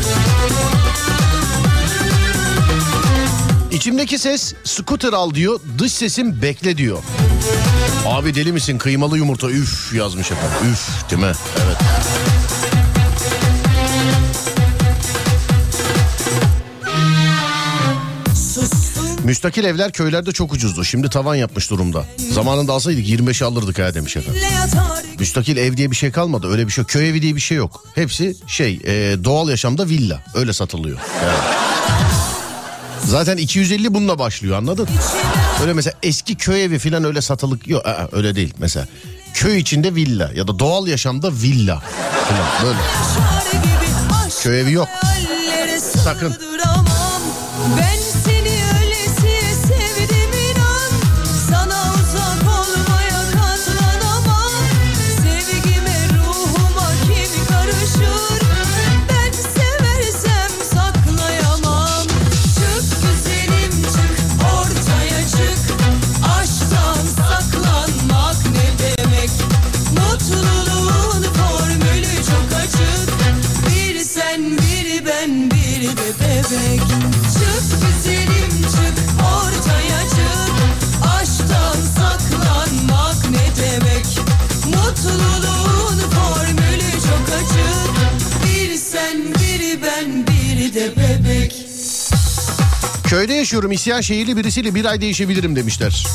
İçimdeki ses scooter al diyor, dış sesim bekle diyor. Abi deli misin, kıymalı yumurta üf yazmış efendim. Üf değil mi? Evet. Müstakil evler köylerde çok ucuzdu. Şimdi tavan yapmış durumda. Zamanında alsaydık 25'e alırdık ha demiş efendim. Müstakil ev diye bir şey kalmadı. Öyle bir şey yok. Köy evi diye bir şey yok. Hepsi doğal yaşamda villa. Öyle satılıyor. Yani. Zaten 250 bununla başlıyor, anladın? Öyle mesela eski köy evi falan öyle satılık yok. Öyle değil mesela. Köy içinde villa ya da doğal yaşamda villa falan böyle. Köy evi yok. Sakın. Ben seni öylesi sevdim inan. Sana uzak olmaya katlanamam. Sevgime ruhuma kim karışır? Ben seversem saklayamam. Çık güzelim çık, ortaya çık. Aşktan saklanmak ne demek? Mutluluğun formülü çok açık. Bir sen bir ben bir de bebek. Çık güzelim çık, ortaya çık. Aşktan saklanmak ne demek? Mutluluğun formülü çok açık. Bir sen bir ben bir de bebek. Köyde yaşıyorum, isyan şehirli birisiyle bir ay değişebilirim demişler.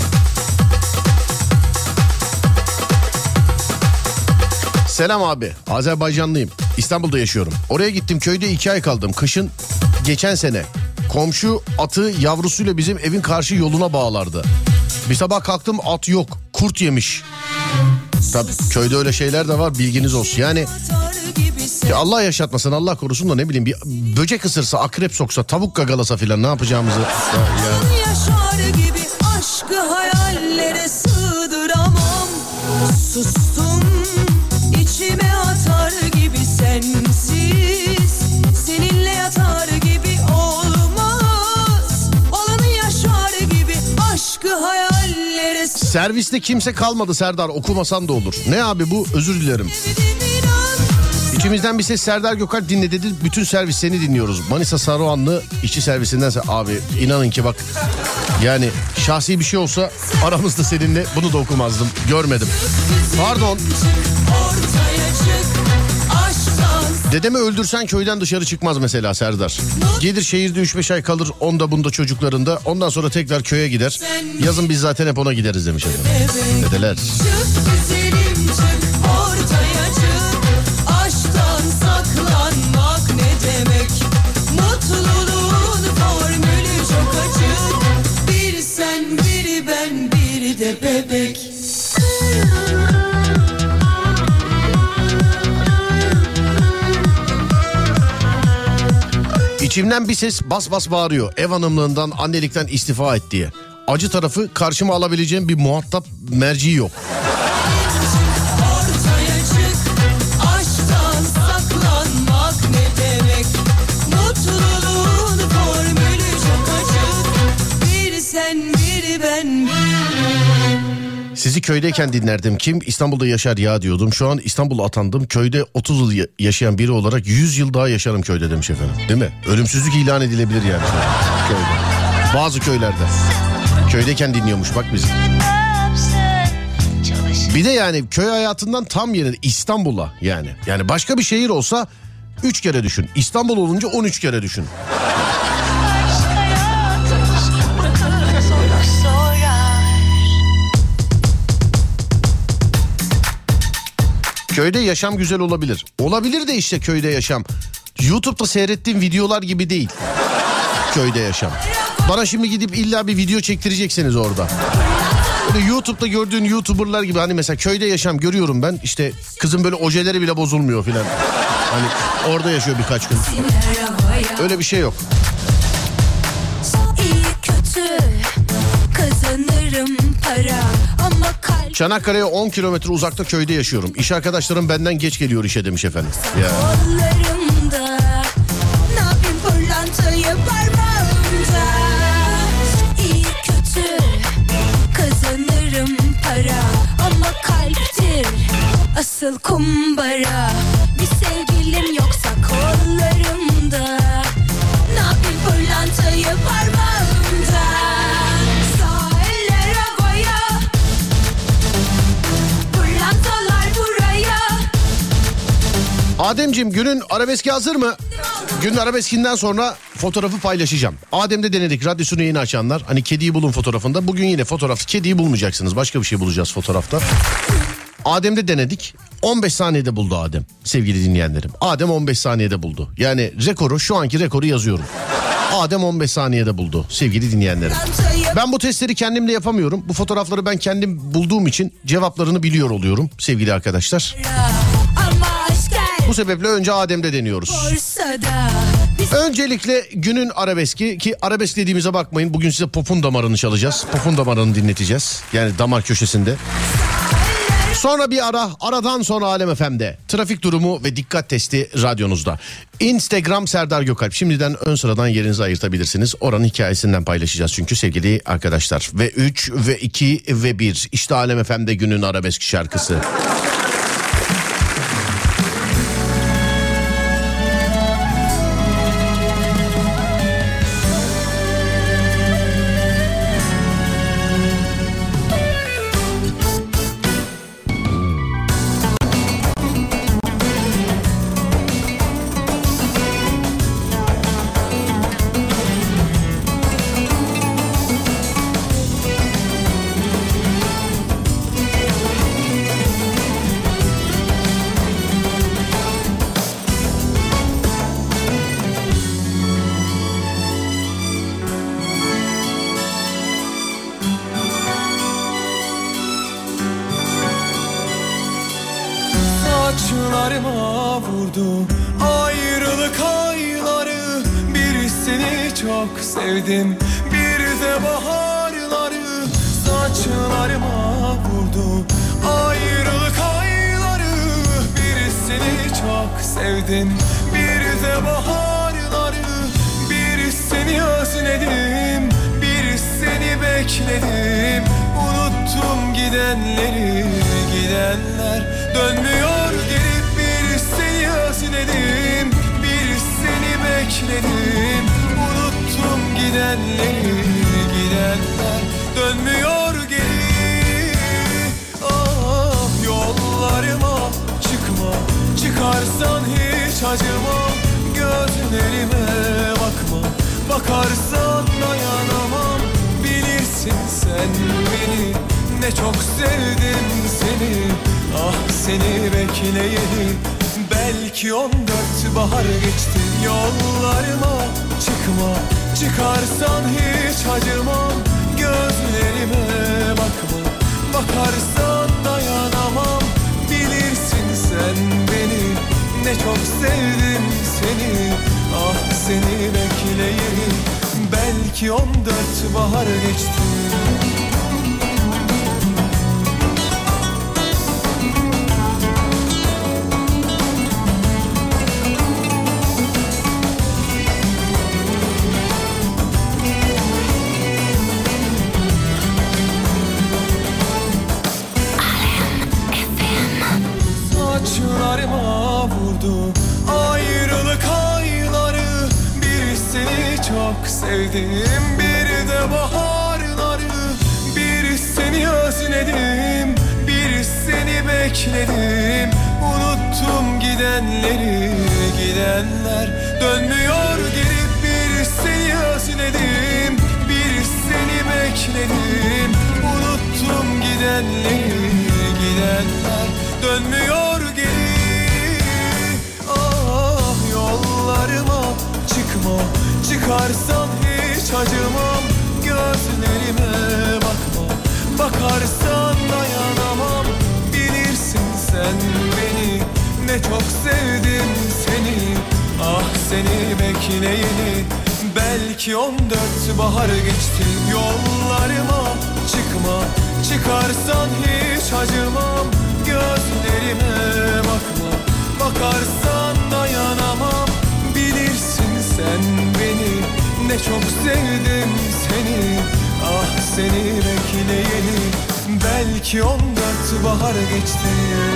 Selam abi, Azerbaycanlıyım. İstanbul'da yaşıyorum. Oraya gittim, köyde 2 ay kaldım. Kışın geçen sene. Komşu atı yavrusuyla bizim evin karşı yoluna bağlardı. Bir sabah kalktım, at yok. Kurt yemiş. Tabii köyde öyle şeyler de var, bilginiz olsun. Yani ya Allah yaşatmasın, Allah korusun da ne bileyim bir böcek ısırsa, akrep soksa, tavuk gagalasa filan ne yapacağımızı. Yani. Yaşar gibi aşkı hayallere sığdıramam. Sustum içime atar gibi sensiz. Seninle yatar gibi olmaz. Olanı yaşar gibi aşkı hayallere Serviste kimse kalmadı Serdar, okumasan da olur. Ne abi bu, özür dilerim. İçimizden bir ses Serdar Gökalp dinle dedi. Bütün servis seni dinliyoruz. Manisa Saruhanlı işçi servisindense abi inanın ki bak yani şahsi bir şey olsa aramızda seninle bunu da okumazdım. Görmedim. Pardon. ortaya çık. Aşktan Dedemi öldürsen köyden dışarı çıkmaz mesela Serdar. Gelir şehirde 3-5 ay kalır, onda bunda çocuklarında. Ondan sonra tekrar köye gider. Yazın biz zaten hep ona gideriz demiş efendim. Dedeler. Çık güzelim çık ortaya çık. Aşktan saklanmak ne demek? Mutluluğun formülü çok açık. Bir sen biri ben biri de bebek. İçimden bir ses bas bas bağırıyor. Ev hanımlığından, annelikten istifa et diye. Acı tarafı, karşıma alabileceğim bir muhatap merci yok. Ortaya çık. Aşktan saklanmak ne demek? Mutluluğun formülü çok açık. Bir sen biri ben. Sizi köydeyken dinlerdim. Kim İstanbul'da yaşar ya diyordum. Şu an İstanbul'a atandım. Köyde 30 yıl yaşayan biri olarak 100 yıl daha yaşarım köyde demiş efendim. Değil mi? Ölümsüzlük ilan edilebilir yani. Köyde. Bazı köylerde. Köydeyken dinliyormuş bak bizi. Bir de yani köy hayatından tam yerine İstanbul'a yani. Yani başka bir şehir olsa 3 kere düşün. İstanbul olunca 13 kere düşün. Köyde yaşam güzel olabilir. Olabilir de işte köyde yaşam. YouTube'da seyrettiğim videolar gibi değil. Köyde yaşam. Bana şimdi gidip illa bir video çektireceksiniz orada. Böyle YouTube'da gördüğün YouTuber'lar gibi hani mesela köyde yaşam görüyorum ben. İşte kızın böyle ojeleri bile bozulmuyor filan. Hani orada yaşıyor birkaç gün. Öyle bir şey yok. İyi kötü kazanırım para ama kalp Çanakkale'ye 10 kilometre uzakta köyde yaşıyorum. İş arkadaşlarım benden geç geliyor işe demiş efendim. Ya. kollarımda. Ne yapayım pırlantayı parmağımda. İyi kötü kazanırım para ama kalptir asıl kumbara. Bir sevgilim yoksa kollarımda. Ne yapayım pırlantayı parmağımda. Sağ eller havaya. Pırlantalar buraya. Ademciğim günün arabeski hazır mı? Günün arabeskinden sonra fotoğrafı paylaşacağım. Adem'de denedik, radyosunu yeni açanlar. Hani kediyi bulun fotoğrafında. Bugün yine fotoğrafta kediyi bulmayacaksınız. Başka bir şey bulacağız fotoğrafta. Adem'de denedik. 15 saniyede buldu Adem sevgili dinleyenlerim. Adem 15 saniyede buldu. Yani rekoru, şu anki rekoru yazıyorum. Adem 15 saniyede buldu sevgili dinleyenlerim. Ben bu testleri kendim de yapamıyorum. Bu fotoğrafları ben kendim bulduğum için cevaplarını biliyor oluyorum sevgili arkadaşlar. Ama aşk Bu sebeple önce Adem'de deniyoruz. Bursa'da. Öncelikle günün arabeski, ki arabesk dediğimize bakmayın. Bugün size popun damarını çalacağız. Popun damarını dinleteceğiz. Yani damar köşesinde. Sonra bir ara, aradan sonra Alem FM'de trafik durumu ve dikkat testi radyonuzda. Instagram Serdar Gökalp. Şimdiden ön sıradan yerinizi ayırtabilirsiniz. Oranın hikayesinden paylaşacağız çünkü sevgili arkadaşlar. Ve 3 ve 2 ve 1 işte Alem FM'de günün arabesk şarkısı. Saçlarıma vurdu ayrılık ayları. Bir seni çok sevdim, bir de baharları. Saçlarıma vurdu ayrılık ayları. Bir seni çok sevdim, bir de baharları. Bir seni özledim, bir seni bekledim. Unuttum gidenleri, gidenler dönmüyor geri. Bir seni özledim, bir seni bekledim. Unuttum gidenleri, gidenler dönmüyor geri. Ah yollarıma çıkma, çıkarsan hiç acımam. Gözlerime bakma, bakarsan dayanamam. Bilirsin sen beni, ne çok sevdim seni. Ah seni bekleyeli belki 14 bahar geçti. Yollarıma çıkma, çıkarsan hiç acımam. Gözlerime bakma, bakarsan dayanamam. Bilirsin sen beni, ne çok sevdim seni. Ah seni bekleyeli belki 14 bahar geçti. Saçlarıma vurdu ayrılık ayları. Bir seni çok sevdim, bir de baharları. Bir seni özledim, bir seni bekledim. Unuttum gidenleri, gidenler dönmüyor geri. Bir seni özledim, bir seni bekledim. Unuttum gidenleri, gidenler dönmüyor geri. Ah yollarıma çıkma, çıkarsan hiç acımam. Gözlerime bakma, bakarsan dayanamam. Bilirsin sen beni, ne çok sevdim seni. Ah seni bekleyeli belki 14 bahar geçti. Yollarıma çıkma, çıkarsan hiç acımam. Gözlerime bakma, bakarsan dayanamam. Bilirsin sen beni, ne çok sevdim seni. Ah seni bekleyeli belki 14 bahar geçti.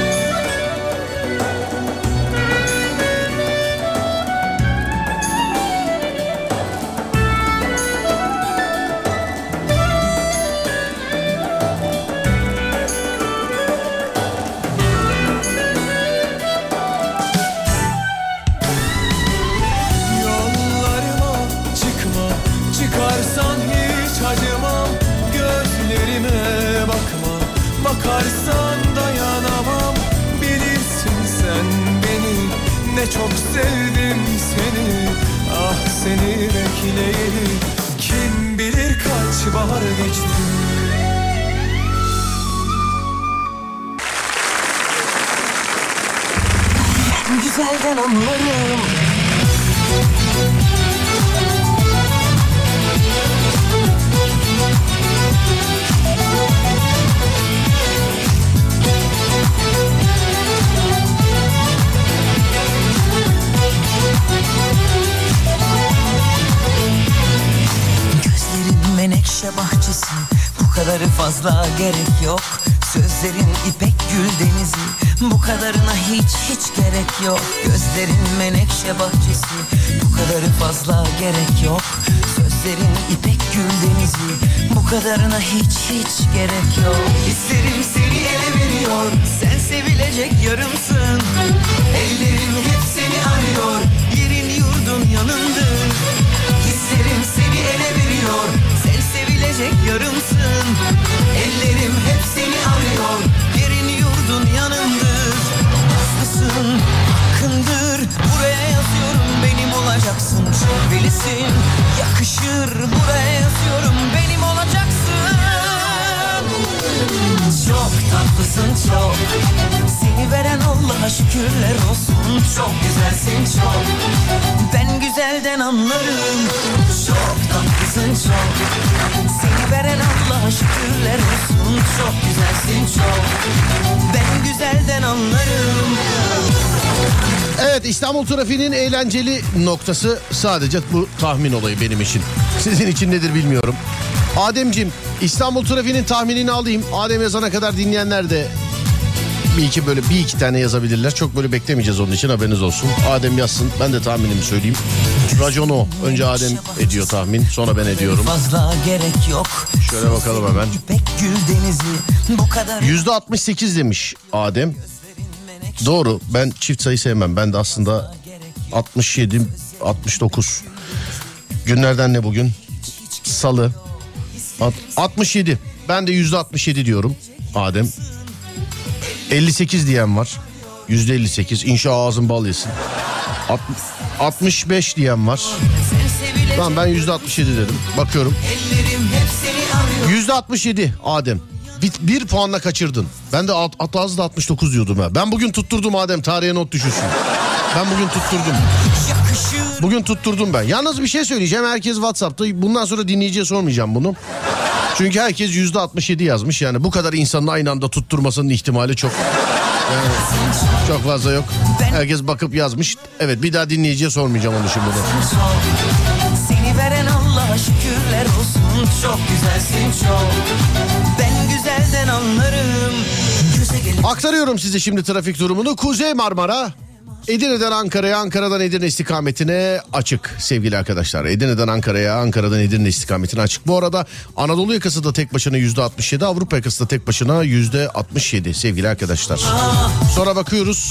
Çıkarsan hiç acımam. Gözlerime bakma, bakarsan dayanamam. Bilirsin sen beni, ne çok sevdim seni. Ah seni bekleyeli kim bilir kaç bahar geçti. Güzelden anlarım. Gözlerin menekşe bahçesi, bu kadarı fazla gerek yok. Sözlerin ipek gül denizi, bu kadarına hiç gerek yok. Gözlerin menekşe bahçesi, bu kadarı fazla gerek yok. Sözlerin ipek gül denizi, bu kadarına hiç gerek yok. Hislerim seni ele veriyor, sen sevilecek yarımsın. Ellerim hep seni arıyor, yerin yurdun yanındır. Hislerim seni ele veriyor, sen sevilecek yarımsın. Ellerim hep seni arıyor, yerin yurdun yanındır. Haklısın, hakkındır, buraya yazıyorum benim olacaksın. Bilirsin, yakışır, buraya yazıyorum benim olacaksın. Çok tatlısın çok, seni veren Allah'a şükürler olsun. Çok güzelsin çok, ben güzelden anlarım. Çok tatlısın çok, seni veren Allah'a şükürler olsun. Çok güzelsin çok, ben güzelden anlarım. Evet, İstanbul trafiğinin eğlenceli noktası sadece bu tahmin olayı benim için. Sizin için nedir bilmiyorum. Ademciğim, İstanbul trafiğinin tahminini alayım. Adem yazana kadar dinleyenler de bir iki tane yazabilirler. Çok böyle beklemeyeceğiz onun için, haberiniz olsun. Adem yazsın, ben de tahminimi söyleyeyim. Raconu önce Adem ediyor tahmin, sonra ben ediyorum. Fazla gerek yok. Şöyle bakalım hemen. %68 demiş Adem. Doğru, ben çift sayı sevmem. Ben de aslında 67, 69. Günlerden ne bugün? Salı. 67. Ben de %67 diyorum Adem. 58 diyen var. %58. İnşallah ağzın bal yesin. 65 diyen var. Tamam, ben %67 dedim. Bakıyorum. %67 Adem. Bir puanla kaçırdın. Ben de az da 69 diyordum ha. Ben bugün tutturdum Adem, tarihe not düşürsün. Ben bugün tutturdum. Bugün tutturdum ben. Yalnız bir şey söyleyeceğim. Herkes WhatsApp'ta. Bundan sonra dinleyiciye sormayacağım bunu. Çünkü herkes %67 yazmış. Yani bu kadar insanın aynı anda tutturmasının ihtimali çok. Yani çok fazla yok. Herkes bakıp yazmış. Evet, bir daha dinleyiciye sormayacağım onu şimdi. Seni veren Allah'a şükürler olsun. Çok güzelsin çok. Ben güzelden anlarım. Aktarıyorum size şimdi trafik durumunu. Kuzey Marmara Edirne'den Ankara'ya, Ankara'dan Edirne istikametine açık sevgili arkadaşlar. Edirne'den Ankara'ya, Ankara'dan Edirne istikametine açık. Bu arada Anadolu yakası da tek başına %67, Avrupa yakası da tek başına %67 sevgili arkadaşlar. Sonra bakıyoruz.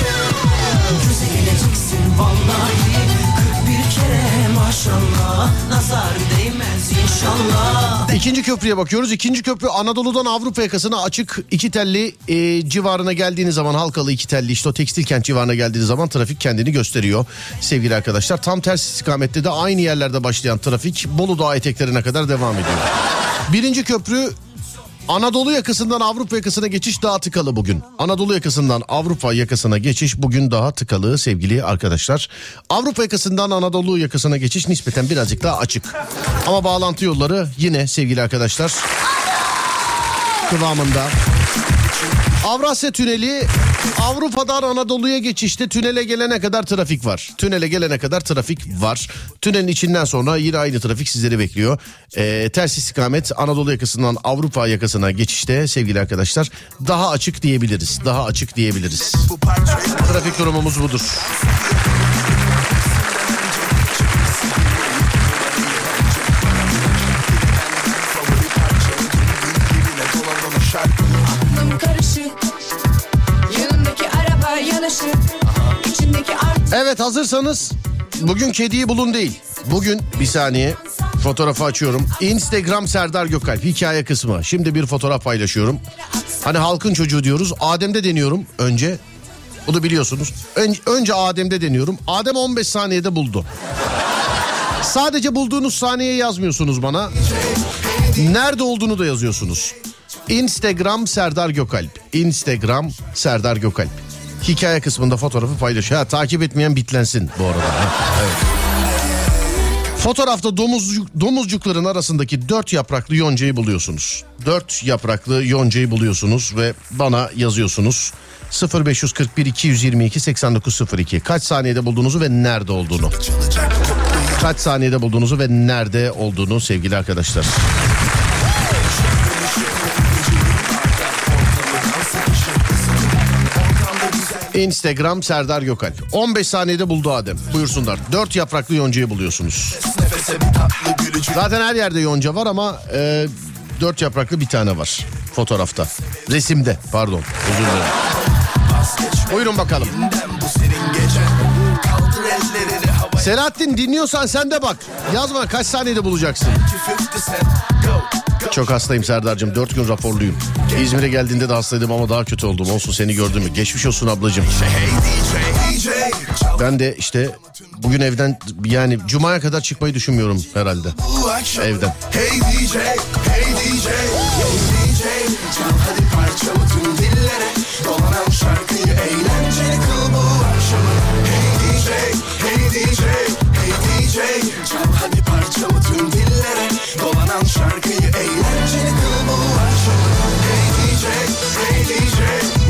İkinci köprüye bakıyoruz. İkinci köprü Anadolu'dan Avrupa yakasına açık. İki telli civarına geldiğiniz zaman, Halkalı iki telli, işte o tekstil kent civarına geldiğiniz zaman trafik kendini gösteriyor sevgili arkadaşlar. Tam ters istikamette de aynı yerlerde başlayan trafik Bolu Dağı eteklerine kadar devam ediyor. Birinci köprü Anadolu yakasından Avrupa yakasına geçiş daha tıkalı bugün. Anadolu yakasından Avrupa yakasına geçiş bugün daha tıkalı sevgili arkadaşlar. Avrupa yakasından Anadolu yakasına geçiş nispeten birazcık daha açık. Ama bağlantı yolları yine sevgili arkadaşlar kıvamında. Avrasya Tüneli Avrupa'dan Anadolu'ya geçişte tünele gelene kadar trafik var. Tünele gelene kadar trafik var. Tünelin içinden sonra yine aynı trafik sizleri bekliyor. Ters istikamet Anadolu yakasından Avrupa yakasına geçişte sevgili arkadaşlar daha açık diyebiliriz. Daha açık diyebiliriz. Trafik durumumuz budur. Evet, hazırsanız bugün kediyi bulun değil. Bugün bir saniye fotoğrafı açıyorum. Instagram Serdar Gökalp hikaye kısmı. Şimdi bir fotoğraf paylaşıyorum. Hani halkın çocuğu diyoruz. Adem'de deniyorum önce. Bunu biliyorsunuz. Önce Adem'de deniyorum. Adem 15 saniyede buldu. Sadece bulduğunuz saniye yazmıyorsunuz bana. Nerede olduğunu da yazıyorsunuz. Instagram Serdar Gökalp. Instagram Serdar Gökalp. Hikaye kısmında fotoğrafı paylaşıyor. Takip etmeyen bitlensin bu arada. Evet. Fotoğrafta domuzcukların arasındaki 4 yapraklı yoncayı buluyorsunuz. 4 yapraklı yoncayı buluyorsunuz ve bana yazıyorsunuz. 0541 222 8902. Kaç saniyede bulduğunuzu ve nerede olduğunu. Kaç saniyede bulduğunuzu ve nerede olduğunu sevgili arkadaşlar. Instagram Serdar Gökalp. 15 saniyede buldu Adem. Buyursunlar. 4 yapraklı yoncayı buluyorsunuz. Zaten her yerde yonca var ama 4 yapraklı bir tane var fotoğrafta. Resimde pardon. Özür dilerim. Buyurun bakalım. Selahattin, dinliyorsan sen de bak. Yazma, kaç saniyede bulacaksın. Çok hastayım Serdar'cığım. 4 gün raporluyum. İzmir'e geldiğinde de hastaydım ama daha kötü oldum. Olsun, seni gördüm mü? Geçmiş olsun ablacığım. Ben de işte bugün evden, yani Cuma'ya kadar çıkmayı düşünmüyorum herhalde. Evden. Hey DJ, hey DJ, hey DJ, çal hadi parçalı tüm dillere, dolanan şarkıyı eğlenceli kıl bu akşamı. Hey DJ, hey DJ, hey DJ, çal hadi parçalı tüm dillere, dolanan şarkıyı eğlenceli kıl bu akşamı. Hey DJ, hey DJ.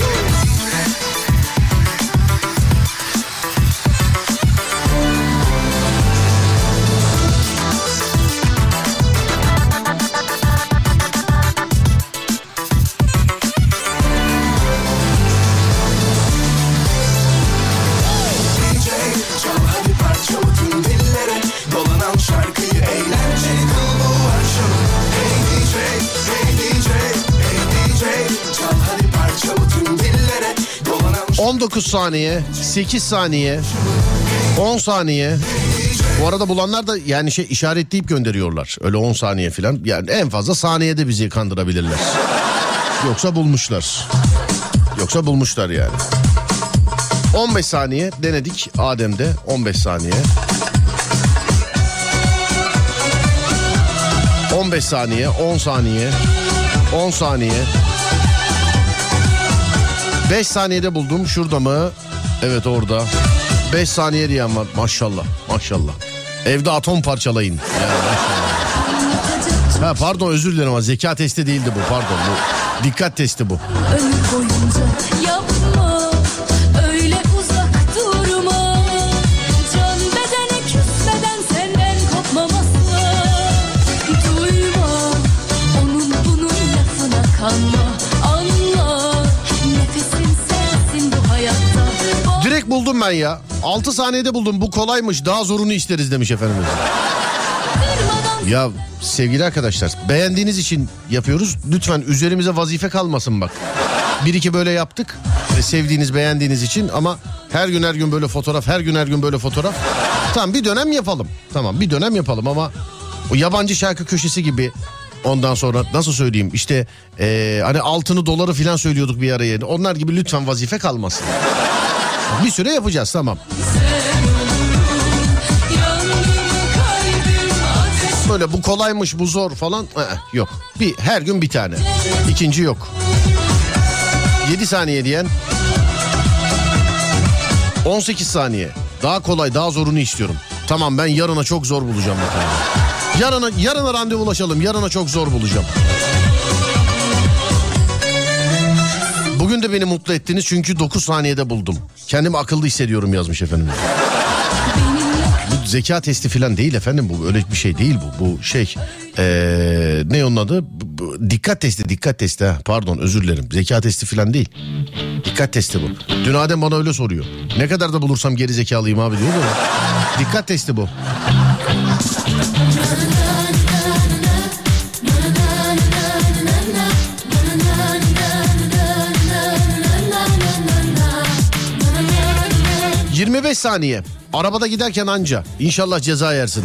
Şarkıyı eğlenceli kıl bu akşamı. Hey DJ, hey DJ, hey DJ, çal hadi parçalı tüm dillere, dolanan... 19 saniye, 8 saniye, 10 saniye. Bu arada bulanlar da yani işaretleyip gönderiyorlar. Öyle 10 saniye falan. Yani en fazla saniyede bizi kandırabilirler. Yoksa bulmuşlar yani. 15 saniye denedik Adem'de. 15 saniye. 15 saniye, 10 saniye, 10 saniye. 5 saniyede buldum. Şurada mı? Evet, orada. 5 saniye diyen var. Maşallah, maşallah. Evde atom parçalayın. Yani pardon, özür dilerim ama zeka testi değildi bu. Pardon, bu dikkat testi bu. Ömür boyunca yapma, öyle uzak durma. Can bedene küsmeden senden kopmaması. Duyma, onun bunun lafına kanma. Anla, nefesin sensin bu hayatta. Direkt buldum ben ya. 6 saniyede buldum. Bu kolaymış. Daha zorunu isteriz demiş efendimiz. Ya sevgili arkadaşlar, beğendiğiniz için yapıyoruz. Lütfen üzerimize vazife kalmasın bak. Bir iki böyle yaptık. Sevdiğiniz, beğendiğiniz için ama her gün böyle fotoğraf, her gün böyle fotoğraf. Tamam, bir dönem yapalım. Tamam, bir dönem yapalım ama o yabancı şarkı köşesi gibi, ondan sonra nasıl söyleyeyim işte hani altını doları falan söylüyorduk bir araya. Onlar gibi lütfen vazife kalmasın. Bir süre yapacağız, tamam. Böyle bu kolaymış, bu zor falan yok. Her gün bir tane. İkinci yok. 7 saniye diyen 18 saniye. Daha kolay, daha zorunu istiyorum. Tamam, ben yarına çok zor bulacağım. Yarına randevulaşalım. Yarına çok zor bulacağım. Bugün de beni mutlu ettiniz çünkü 9 saniyede buldum. Kendimi akıllı hissediyorum yazmış efendim. Bu zeka testi falan değil efendim, bu öyle bir şey değil bu. Bu ne onun adı? Dikkat testi ha. Pardon, özür dilerim. Zeka testi falan değil. Dikkat testi bu. Dün Adem bana öyle soruyor. Ne kadar da bulursam geri zekalıyım abi diyor da. Dikkat testi bu. ...25 saniye. Arabada giderken anca. İnşallah ceza yersin.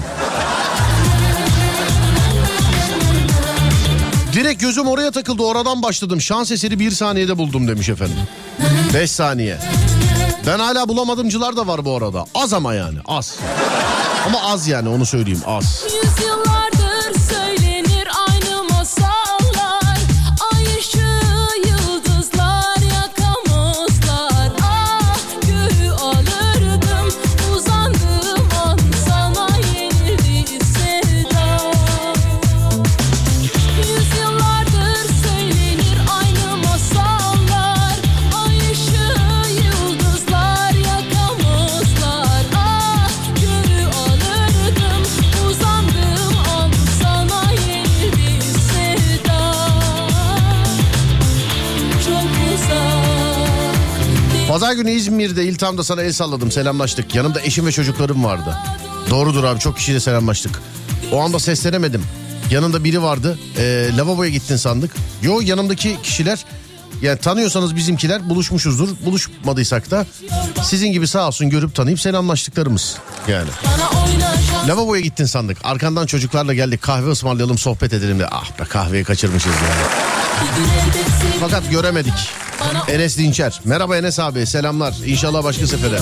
Direkt gözüm oraya takıldı. Oradan başladım. Şans eseri 1 saniyede buldum demiş efendim. 5 saniye. Ben hala bulamadımcılar da var bu arada. Az ama yani az. Ama az yani, onu söyleyeyim, az. Yüzyıllardır söylenir aynı masallar. Ay ışığı, yıldızlar, yakamızlar. Ah, göğü alırdım, uzandığım an sana yenildi sevda. Yüzyıllardır söylenir aynı masallar. Ay ışığı, yıldızlar, yakamızlar. Ah, göğü alırdım, uzandığım an sana yenildi sevda. Çok uzak. Pazar günü İzmir'de İltam'da sana el salladım, selamlaştık. Yanımda eşim ve çocuklarım vardı. Doğrudur abi, çok kişiyle selamlaştık. O anda seslenemedim. Yanında biri vardı. Lavaboya gittin sandık. Yo, yanımdaki kişiler, yani tanıyorsanız bizimkiler, buluşmuşuzdur. Buluşmadıysak da sizin gibi sağ olsun görüp tanıyıp selamlaştıklarımız yani. Lavaboya gittin sandık. Arkandan çocuklarla geldik, kahve ısmarlayalım, sohbet edelim de. Ah be, kahveyi kaçırmışız yani. Fakat göremedik. Enes Dinçer. Merhaba Enes abi, selamlar. İnşallah başka sefere.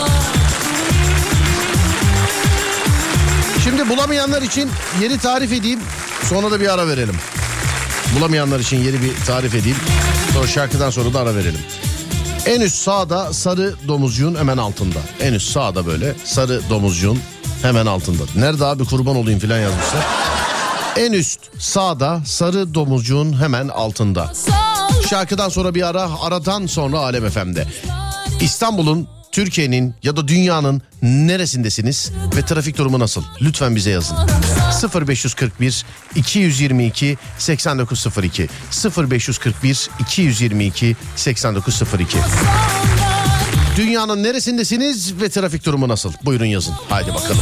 Şimdi bulamayanlar için yeri tarif edeyim. Sonra da bir ara verelim. Bulamayanlar için yeri bir tarif edeyim. Sonra şarkıdan sonra da ara verelim. En üst sağda sarı domuzcuğun hemen altında. En üst sağda böyle sarı domuzcuğun hemen altında. Nerede abi, kurban olayım falan yazmışlar. En üst sağda sarı domuzcuğun hemen altında. Şarkıdan sonra bir ara, aradan sonra Alem FM'de. İstanbul'un, Türkiye'nin ya da dünyanın neresindesiniz ve trafik durumu nasıl? Lütfen bize yazın. 0541 222 8902 0541 222 8902. Dünyanın neresindesiniz ve trafik durumu nasıl? Buyurun yazın. Haydi bakalım.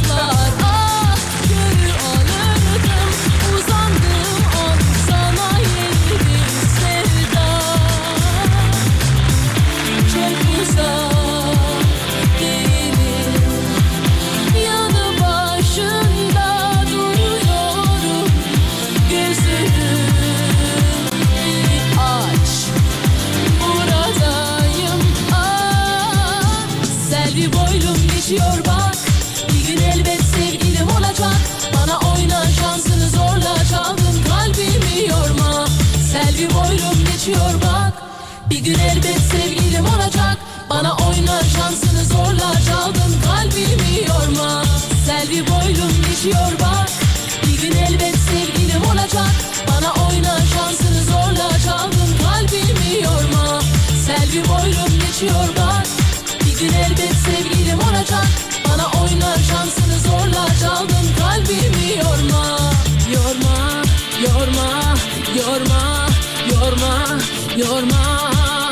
gün elbet sevgilim olacak. Bana oynar şansını zorla, çaldın kalbimi yorma. Selvi boylum geçiyor bak, bir gün elbet sevgilim olacak. Bana oynar şansını zorla, çaldın kalbimi yorma. Selvi boylum geçiyor bak, bir gün elbet sevgilim olacak. Bana oynar şansını zorla, çaldın kalbimi yorma. Yorma, yorma, yorma, yorma, yorma.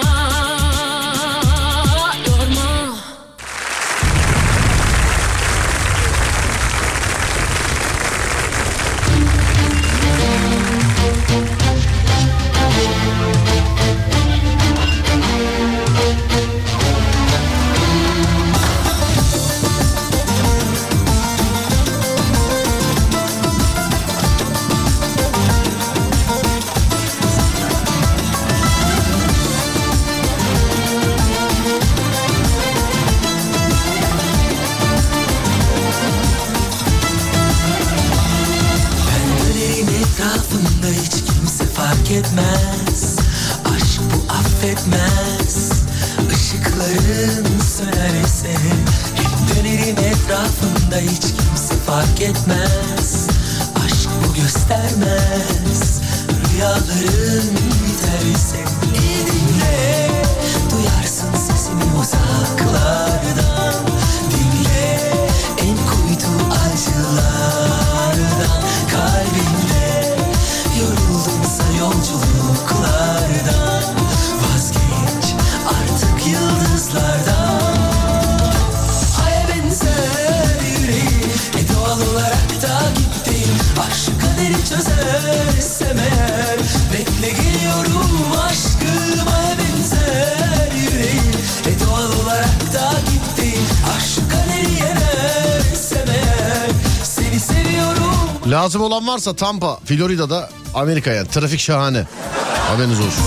Etmez, aşk bu affetmez. Işıkların sönerse hep dönerim etrafında, hiç kimse fark etmez. Aşk bu göstermez, rüyaların biterse iyi dinle, duyarsın sesimi uzaklardan. Dinle en kuytu acılardan, kalbimde yoruldumsa yolculuklardan, vazgeç artık yıldızlardan. Aya benzer yüreğim, doğal olarak da gittim. Aşk kaderi çözersem eğer, bekle geliyorum aşkım. Aya benzer yüreğim, doğal olarak da gittim. Aşk kaderi yenersem eğer, seni seviyorum. Lazım olan varsa Tampa, Florida'da, Amerika'ya. Trafik şahane. Haberiniz olsun.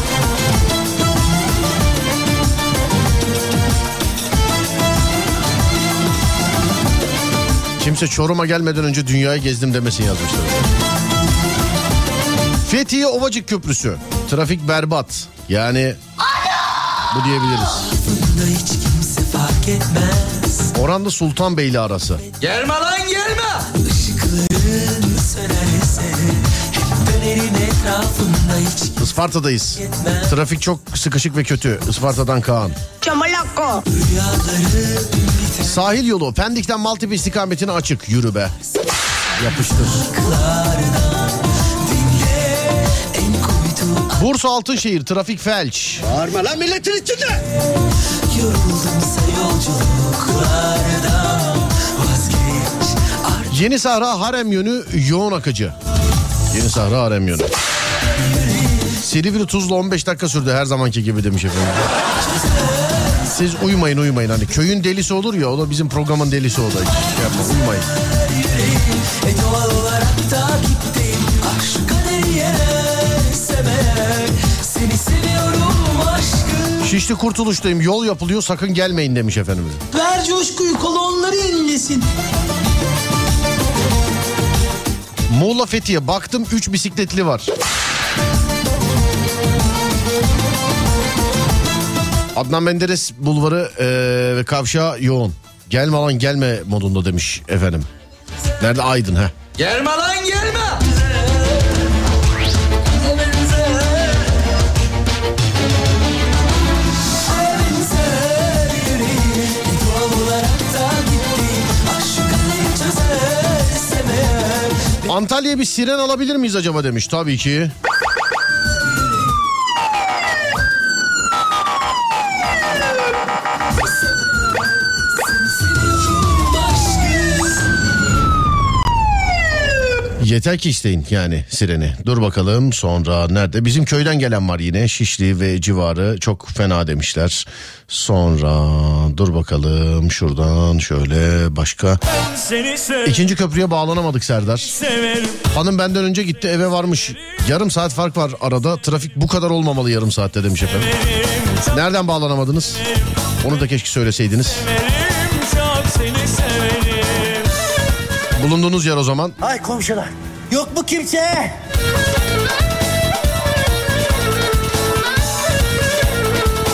Kimse Çorum'a gelmeden önce dünyayı gezdim demesin yazmışlar. Fethiye Ovacık Köprüsü. Trafik berbat. Yani bu diyebiliriz. Hiç kimse fark etmez. Oranda Sultanbeyli arası. Gelme lan gelme. Işıkların sönerse hep dönerim etrafında, hiç Isparta'dayız. Trafik çok sıkışık ve kötü. Isparta'dan Kaan. rüyaları. Sahil yolu Pendik'ten Maltepe istikametine açık. Yürü be. Yapıştır. Bursa Altınşehir trafik felç. Bağırma lan milletin içinde. Yoruldumsa yolculuklardan, vazgeç. Yeni Sahra Harem yönü yoğun akıcı. Yeni Sahra Harem yönü. Silivri Tuzla 15 dakika sürdü her zamanki gibi demiş efendim. Siz uyumayın hani köyün delisi olur ya, o da bizim programın delisi o da. Yapma, uyumayın. Doğal olarak da gittim. Aşk kaderi yenersem eğer, seni seviyorum aşkım. Şişli Kurtuluş'tayım, yol yapılıyor, sakın gelmeyin demiş efendimiz. Ver coşkuyu, kolonları inlesin. Muğla Fethiye baktım 3 bisikletli var. Adnan Menderes bulvarı ve kavşağı yoğun. Gelme lan gelme modunda demiş efendim. Nerede Aydın ha? Gelme lan gelme. Antalya'ya bir siren alabilir miyiz acaba demiş. Tabii ki. Yeter ki isteyin yani sireni. Dur bakalım sonra nerede? Bizim köyden gelen var yine. Şişli ve civarı çok fena demişler. Sonra dur bakalım şuradan şöyle başka. İkinci köprüye bağlanamadık Serdar. Hanım benden önce gitti, eve varmış. Yarım saat fark var arada. Trafik bu kadar olmamalı yarım saatte demiş efendim. Nereden bağlanamadınız? Onu da keşke söyleseydiniz. Bulunduğunuz yer o zaman. Ay komşular, yok mu kimse?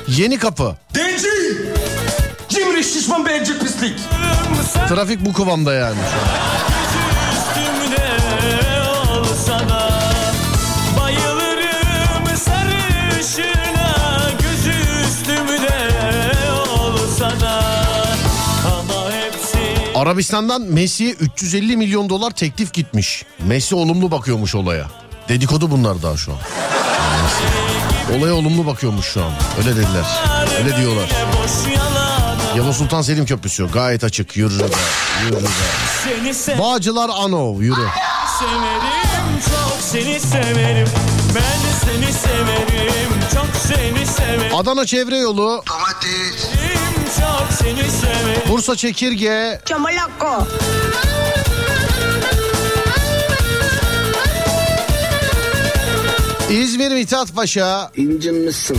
Yeni Kapı. Denci. Cimri şişman bencil pislik. Trafik bu kıvamda yani. Üstümde olsa da bayılırım sarışına, gözü üstümde olsa da ama hepsi. Arabistan'dan Messi'ye 350 milyon dolar teklif gitmiş. Messi olumlu bakıyormuş olaya. Dedikodu bunlar daha şu an. Olaya olumlu bakıyormuş şu an. Öyle dediler. Öyle diyorlar. Yavuz Sultan Selim Köprüsü gayet açık. Yürü be. Yürü be. Bağcılar Anov yürü. Severim, çok seni severim. Ben seni severim, çok seni severim. Adana Çevre Yolu. Domates. Çok seni severim. Bursa Çekirge. Çamalakko. İzmir Mithat Paşa. İncinmişsin.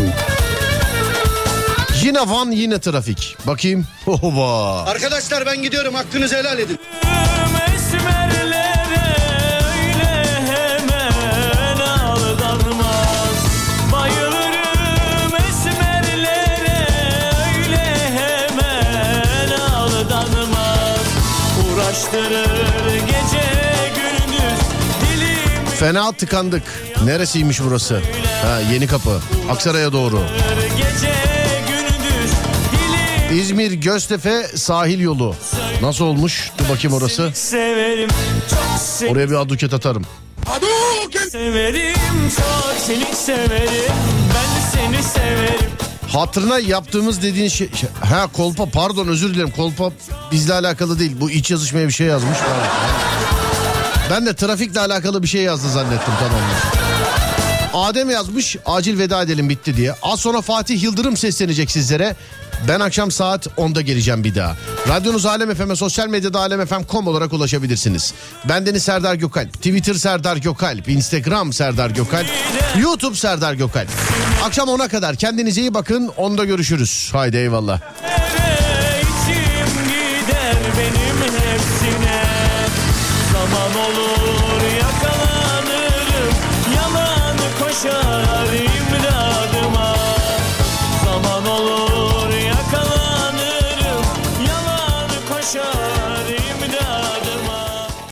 Yine Van yine trafik. Bakayım. Hoba. Arkadaşlar ben gidiyorum, hakkınızı helal edin. Esmerlere öyle hemen aldanmaz. Bayılırım esmerlere öyle hemen aldanmaz. Uğraştırır gece gündüz dilim. Fena tıkandık. Neresiymiş burası? Ha, Yeni Kapı. Aksaray'a doğru. Gece gündüz dilim. İzmir Göztepe sahil yolu. Nasıl olmuş? Dur bakayım orası. Severim, çok seni Oraya bir aduket atarım. severim, çok seni severim. Ben seni severim. Hatırına yaptığımız dediğin şey... Ha kolpa, pardon, özür dilerim. Kolpa bizle alakalı değil. Bu iç yazışmaya bir şey yazmış. Ben de trafikle alakalı bir şey yazdı zannettim, tamam. Adem yazmış, acil veda edelim bitti diye. Az sonra Fatih Yıldırım seslenecek sizlere. Ben akşam saat 10'da geleceğim bir daha. Radyonuz Alem FM'e, sosyal medyada alemfm.com olarak ulaşabilirsiniz. Bendeniz Serdar Gökalp, Twitter Serdar Gökalp, Instagram Serdar Gökalp, YouTube Serdar Gökalp. Akşam 10'a kadar kendinize iyi bakın, 10'da görüşürüz. Haydi eyvallah.